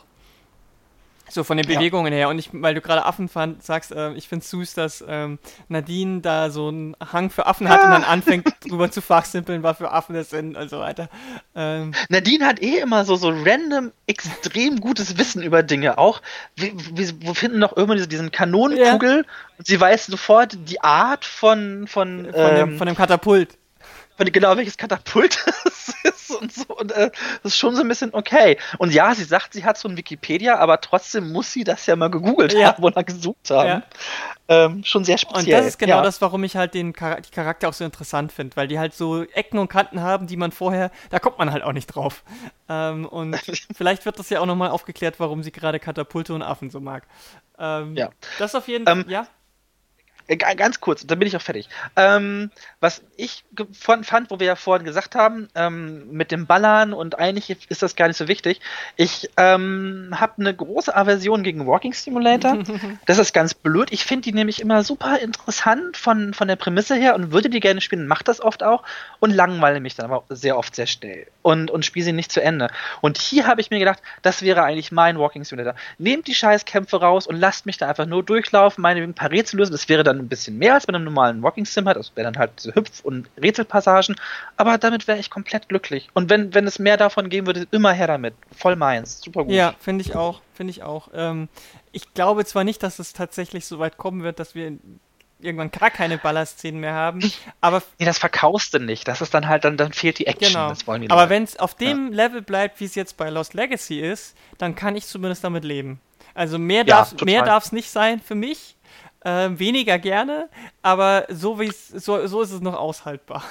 So von den Ja. Bewegungen her. Und ich, weil du gerade Affen fand, sagst, äh, ich find's süß, dass ähm, Nadine da so einen Hang für Affen hat und dann anfängt drüber zu fachsimpeln, was für Affen es sind und so weiter. Ähm, Nadine hat eh immer so, so random, extrem gutes Wissen über Dinge. Auch, wir, wir, wir finden noch irgendwann diese, diesen Kanonenkugel und sie weiß sofort die Art von, von, von, ähm, dem, von dem Katapult. von genau welches Katapult das ist und so. Und äh, das ist schon so ein bisschen okay. Und ja, sie sagt, sie hat so ein Wikipedia, aber trotzdem muss sie das ja mal gegoogelt Ja. haben oder gesucht haben. Ja. Ähm, schon sehr Und speziell. das ist genau ja. das, warum ich halt den Char- die Charakter auch so interessant finde, weil die halt so Ecken und Kanten haben, die man vorher, da kommt man halt auch nicht drauf. Ähm, und vielleicht wird das ja auch nochmal aufgeklärt, warum sie gerade Katapulte und Affen so mag. Ähm, Ja. Das auf jeden Fall, Ähm, ja. Äh, g- Ganz kurz, dann bin ich auch fertig. Ähm, was ich ge- von, fand, wo wir ja vorhin gesagt haben, ähm, mit dem Ballern und eigentlich ist das gar nicht so wichtig. Ich ähm, habe eine große Aversion gegen Walking Simulator. Das ist ganz blöd. Ich finde die nämlich immer super interessant von, von der Prämisse her und würde die gerne spielen, mache das oft auch und langweile mich dann aber sehr oft sehr schnell und, und spiele sie nicht zu Ende. Und hier habe ich mir gedacht, das wäre eigentlich mein Walking Simulator. Nehmt die Scheißkämpfe raus und lasst mich da einfach nur durchlaufen, meine ein paar Rätsel lösen. Das wäre dann dann ein bisschen mehr als bei einem normalen Walking Sim hat, also wäre dann halt diese Hüpf- und Rätselpassagen, aber damit wäre ich komplett glücklich. Und wenn, wenn es mehr davon geben würde, immer her damit. Voll meins. Super gut. Ja, finde ich auch, finde ich auch. Ähm, ich glaube zwar nicht, dass es tatsächlich so weit kommen wird, dass wir irgendwann gar keine Ballerszenen mehr haben, aber... Nee, das verkaufst du nicht. Das ist dann halt, dann, dann fehlt die Action. Genau. Das wollen die Aber Leute. wenn es auf dem ja. Level bleibt, wie es jetzt bei Lost Legacy ist, dann kann ich zumindest damit leben. Also mehr ja, darf es nicht sein für mich, äh, weniger gerne, aber so, so, so ist es noch aushaltbar.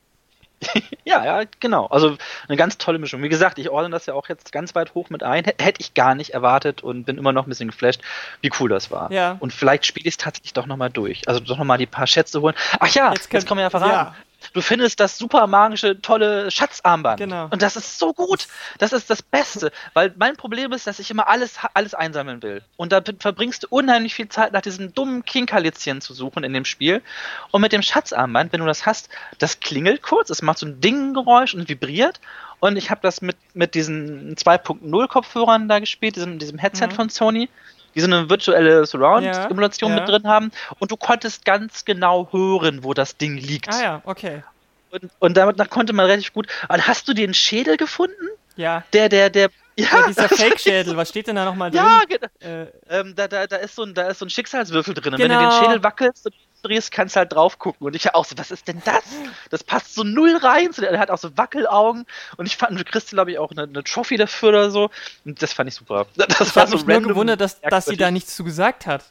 ja, ja, genau. Also eine ganz tolle Mischung. Wie gesagt, ich ordne das ja auch jetzt ganz weit hoch mit ein. Hätte ich gar nicht erwartet und bin immer noch ein bisschen geflasht, wie cool das war. Ja. Und vielleicht spiele ich es tatsächlich doch nochmal durch. Also doch nochmal die paar Schätze holen. Ach ja, jetzt, jetzt können wir ja verraten. Ja. Du findest das super magische, tolle Schatzarmband. Genau. Und das ist so gut. Das ist das Beste. Weil mein Problem ist, dass ich immer alles, alles einsammeln will. Und da verbringst du unheimlich viel Zeit, nach diesen dummen Kinkerlitzchen zu suchen in dem Spiel. Und mit dem Schatzarmband, wenn du das hast, das klingelt kurz, es macht so ein Ding-Geräusch und vibriert. Und ich habe das mit, mit diesen zwei Punkt null Kopfhörern da gespielt, diesem, diesem Headset mhm. von Sony, die so eine virtuelle Surround-Simulation ja, ja. mit drin haben. Und du konntest ganz genau hören, wo das Ding liegt. Ah ja, okay. Und, und damit konnte man relativ gut... Und hast du den Schädel gefunden? Ja. Der, der, der... Ja, ja dieser Fake-Schädel, was steht denn da nochmal drin? Ja, genau. Äh, ähm, da, da, da, ist so ein, da ist so ein Schicksalswürfel drin. Und genau. wenn du den Schädel wackelst und drehst, kannst du halt drauf gucken. Und ich ja auch so, was ist denn das? Das passt so null rein. Er hat auch so Wackelaugen. Und ich fand, du kriegst, glaube ich, auch eine, eine Trophy dafür oder so. Und das fand ich super. Das ich war so mich nur gewundert, dass, dass sie da nichts zu gesagt hat.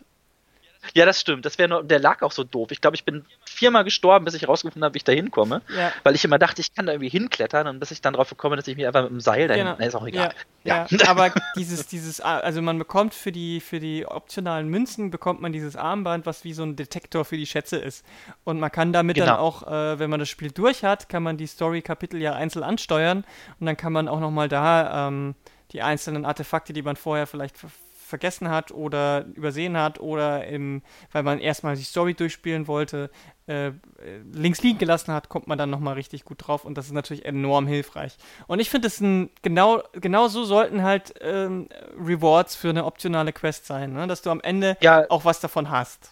Ja, das stimmt. Das nur, der lag auch so doof. Ich glaube, ich bin viermal gestorben, bis ich rausgefunden habe, wie ich da hinkomme. Ja. Weil ich immer dachte, ich kann da irgendwie hinklettern und bis ich dann drauf gekommen bin, dass ich mich einfach mit dem Seil dahin... Genau. Nee, ist auch egal. Ja, ja. ja. Aber dieses, dieses, also man bekommt für die, für die optionalen Münzen, bekommt man dieses Armband, was wie so ein Detektor für die Schätze ist. Und man kann damit genau. dann auch, äh, wenn man das Spiel durch hat, kann man die Story-Kapitel ja einzeln ansteuern und dann kann man auch nochmal da ähm, die einzelnen Artefakte, die man vorher vielleicht ver- vergessen hat oder übersehen hat oder im, weil man erstmal die Story durchspielen wollte, äh, links liegen gelassen hat, kommt man dann nochmal richtig gut drauf und das ist natürlich enorm hilfreich. Und ich finde, es ein genau, genau so sollten halt ähm, Rewards für eine optionale Quest sein, ne? Dass du am Ende ja. auch was davon hast.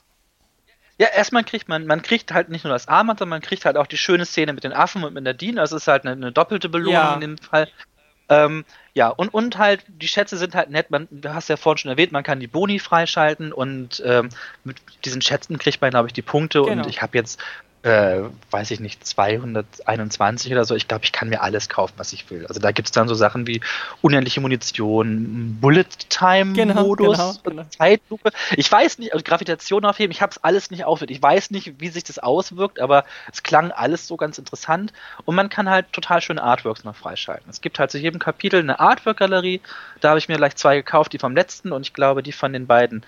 Ja, erstmal kriegt man, man kriegt halt nicht nur das Armband, sondern man kriegt halt auch die schöne Szene mit den Affen und mit Nadine, also es ist halt eine, eine doppelte Belohnung ja. in dem Fall. Ähm, ja, und, und halt, die Schätze sind halt nett, man, du hast ja vorhin schon erwähnt, man kann die Boni freischalten und ähm, mit diesen Schätzen kriegt man, glaube ich, die Punkte genau. und ich habe jetzt, äh, weiß ich nicht, zweihunderteinundzwanzig oder so, ich glaube, ich kann mir alles kaufen, was ich will. Also da gibt es dann so Sachen wie unendliche Munition, Bullet-Time-Modus, genau, genau, genau. Zeitlupe. Ich weiß nicht, also Gravitation aufheben, ich habe es alles nicht aufhört. Ich weiß nicht, wie sich das auswirkt, aber es klang alles so ganz interessant und man kann halt total schöne Artworks noch freischalten. Es gibt halt zu jedem Kapitel eine Artwork-Galerie, da habe ich mir gleich zwei gekauft, die vom letzten und ich glaube, die von den beiden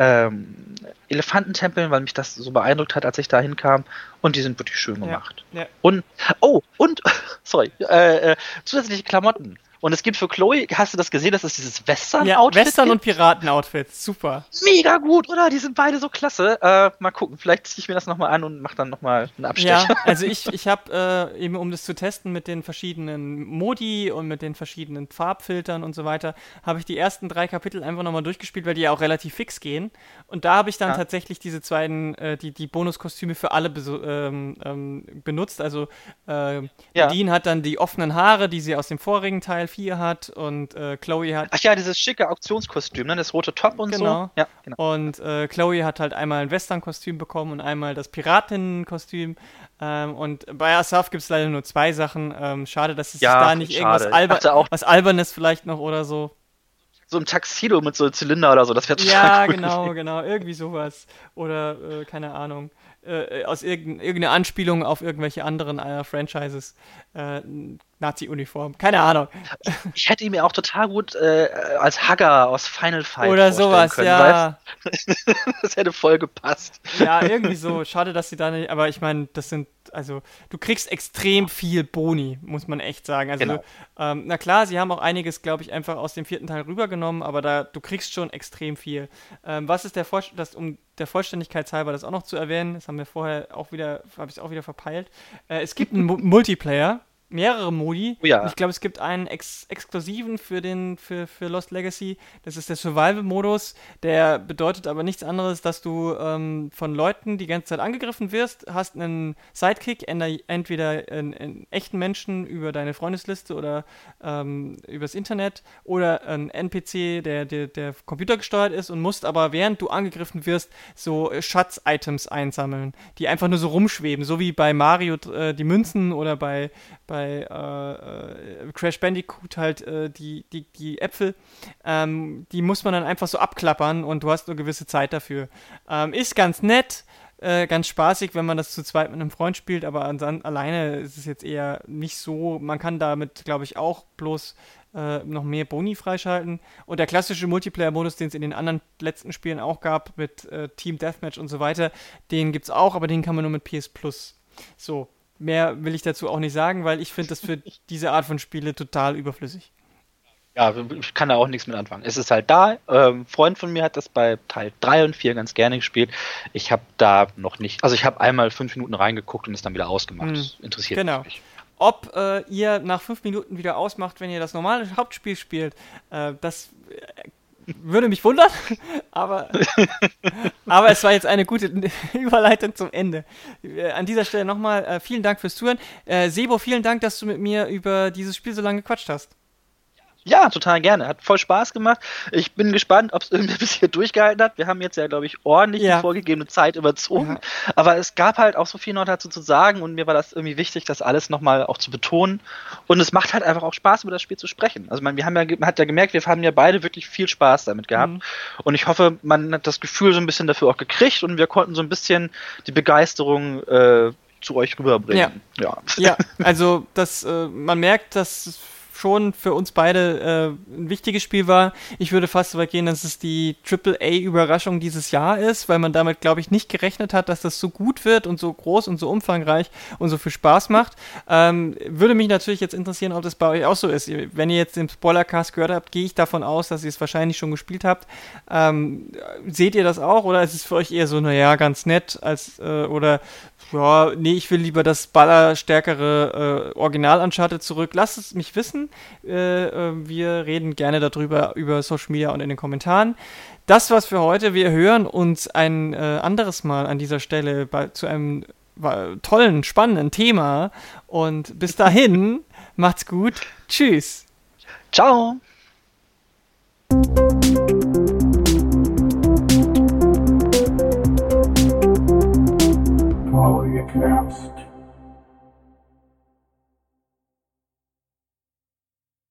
Ähm, Elefantentempeln, weil mich das so beeindruckt hat, als ich da hinkam. Und die sind wirklich schön gemacht. Ja, ja. Und, oh, und, sorry, äh, äh, zusätzliche Klamotten. Und es gibt für Chloe, hast du das gesehen, das ist dieses Western-Outfit? Ja, Western- und Piraten-Outfits, super. Mega gut, oder? Die sind beide so klasse. Äh, mal gucken, vielleicht ziehe ich mir das nochmal an und mache dann nochmal einen Abstecher. Ja, also ich, ich habe äh, eben, um das zu testen mit den verschiedenen Modi und mit den verschiedenen Farbfiltern und so weiter, habe ich die ersten drei Kapitel einfach nochmal durchgespielt, weil die ja auch relativ fix gehen. Und da habe ich dann ja. tatsächlich diese zweiten, äh, die, die Bonuskostüme für alle beso- ähm, ähm, benutzt. Also äh, ja. Nadine hat dann die offenen Haare, die sie aus dem vorigen Teil vier hat und äh, Chloe hat... Ach ja, dieses schicke Auktionskostüm, ne? Das rote Top und genau. so. Ja, genau. Und äh, Chloe hat halt einmal ein Western-Kostüm bekommen und einmal das Piratinnen-Kostüm. Ähm, und bei Asaf gibt es leider nur zwei Sachen. Ähm, schade, dass es ja, sich da nicht schade. irgendwas Alber- was Albernes vielleicht noch oder so. So ein Taxido mit so einem Zylinder oder so, das wäre total Ja, cool genau, gewesen. genau, irgendwie sowas. Oder, äh, keine Ahnung, äh, aus irgendeiner irgendeine Anspielung auf irgendwelche anderen äh, Franchises. Äh, Nazi-Uniform, keine Ahnung. Ich hätte ihn mir auch total gut äh, als Hugger aus Final Fight oder sowas, können, ja. Weißt? Das hätte voll gepasst. Ja, irgendwie so. Schade, dass sie da nicht, aber ich meine, das sind, also, du kriegst extrem viel Boni, muss man echt sagen. Also, genau. ähm, na klar, sie haben auch einiges, glaube ich, einfach aus dem vierten Teil rübergenommen, aber da, du kriegst schon extrem viel. Ähm, was ist der Vor- das, um der Vollständigkeit halber das auch noch zu erwähnen, das haben wir vorher auch wieder, habe ich es auch wieder verpeilt. Äh, es gibt einen Mu- Multiplayer, mehrere Modi. Ja. Ich glaube, es gibt einen ex exklusiven für den für, für Lost Legacy. Das ist der Survival-Modus. Der bedeutet aber nichts anderes, dass du ähm, von Leuten die ganze Zeit angegriffen wirst, hast einen Sidekick, entweder einen, einen echten Menschen über deine Freundesliste oder ähm, übers Internet oder ein N P C, der, der, der computergesteuert ist und musst aber, während du angegriffen wirst, so Schatz-Items einsammeln, die einfach nur so rumschweben, so wie bei Mario äh, die Münzen oder bei bei äh, Crash Bandicoot halt äh, die, die, die Äpfel, ähm, die muss man dann einfach so abklappern und du hast nur gewisse Zeit dafür. Ähm, ist ganz nett, äh, ganz spaßig, wenn man das zu zweit mit einem Freund spielt, aber an, alleine ist es jetzt eher nicht so, man kann damit, glaube ich, auch bloß äh, noch mehr Boni freischalten. Und der klassische Multiplayer-Modus, den es in den anderen letzten Spielen auch gab, mit äh, Team Deathmatch und so weiter, den gibt's auch, aber den kann man nur mit P S Plus. So. Mehr will ich dazu auch nicht sagen, weil ich finde das für diese Art von Spiele total überflüssig. Ja, ich kann da auch nichts mit anfangen. Es ist halt da. Ähm, ein Freund von mir hat das bei Teil drei und vier ganz gerne gespielt. Ich habe da noch nicht, also ich habe einmal fünf Minuten reingeguckt und es dann wieder ausgemacht. Das hm, interessiert genau. mich nicht. Ob äh, ihr nach fünf Minuten wieder ausmacht, wenn ihr das normale Hauptspiel spielt, äh, das äh, würde mich wundern, aber, aber es war jetzt eine gute Überleitung zum Ende. Äh, an dieser Stelle nochmal äh, vielen Dank fürs Zuhören. Äh, Sebo, vielen Dank, dass du mit mir über dieses Spiel so lange gequatscht hast. Ja, total gerne. Hat voll Spaß gemacht. Ich bin gespannt, ob es irgendwie bis hier durchgehalten hat. Wir haben jetzt ja, glaube ich, ordentlich ja. die vorgegebene Zeit überzogen. Ja. Aber es gab halt auch so viel noch dazu zu sagen und mir war das irgendwie wichtig, das alles nochmal auch zu betonen. Und es macht halt einfach auch Spaß, über das Spiel zu sprechen. Also man, wir haben ja, man hat ja gemerkt, wir haben ja beide wirklich viel Spaß damit gehabt. Mhm. Und ich hoffe, man hat das Gefühl so ein bisschen dafür auch gekriegt und wir konnten so ein bisschen die Begeisterung äh, zu euch rüberbringen. Ja, ja. ja also das, äh, man merkt, dass schon für uns beide äh, ein wichtiges Spiel war. Ich würde fast so weit gehen, dass es die Triple A-Überraschung dieses Jahr ist, weil man damit, glaube ich, nicht gerechnet hat, dass das so gut wird und so groß und so umfangreich und so viel Spaß macht. Ähm, würde mich natürlich jetzt interessieren, ob das bei euch auch so ist. Wenn ihr jetzt den Spoilercast gehört habt, gehe ich davon aus, dass ihr es wahrscheinlich schon gespielt habt. Ähm, seht ihr das auch oder ist es für euch eher so, naja, ganz nett als äh, oder ja, nee, ich will lieber das ballerstärkere äh, Original Uncharted zurück. Lasst es mich wissen. Äh, äh, wir reden gerne darüber über Social Media und in den Kommentaren. Das war's für heute. Wir hören uns ein äh, anderes Mal an dieser Stelle bei, zu einem äh, tollen, spannenden Thema. Und bis dahin, macht's gut. Tschüss. Ciao. Polycast.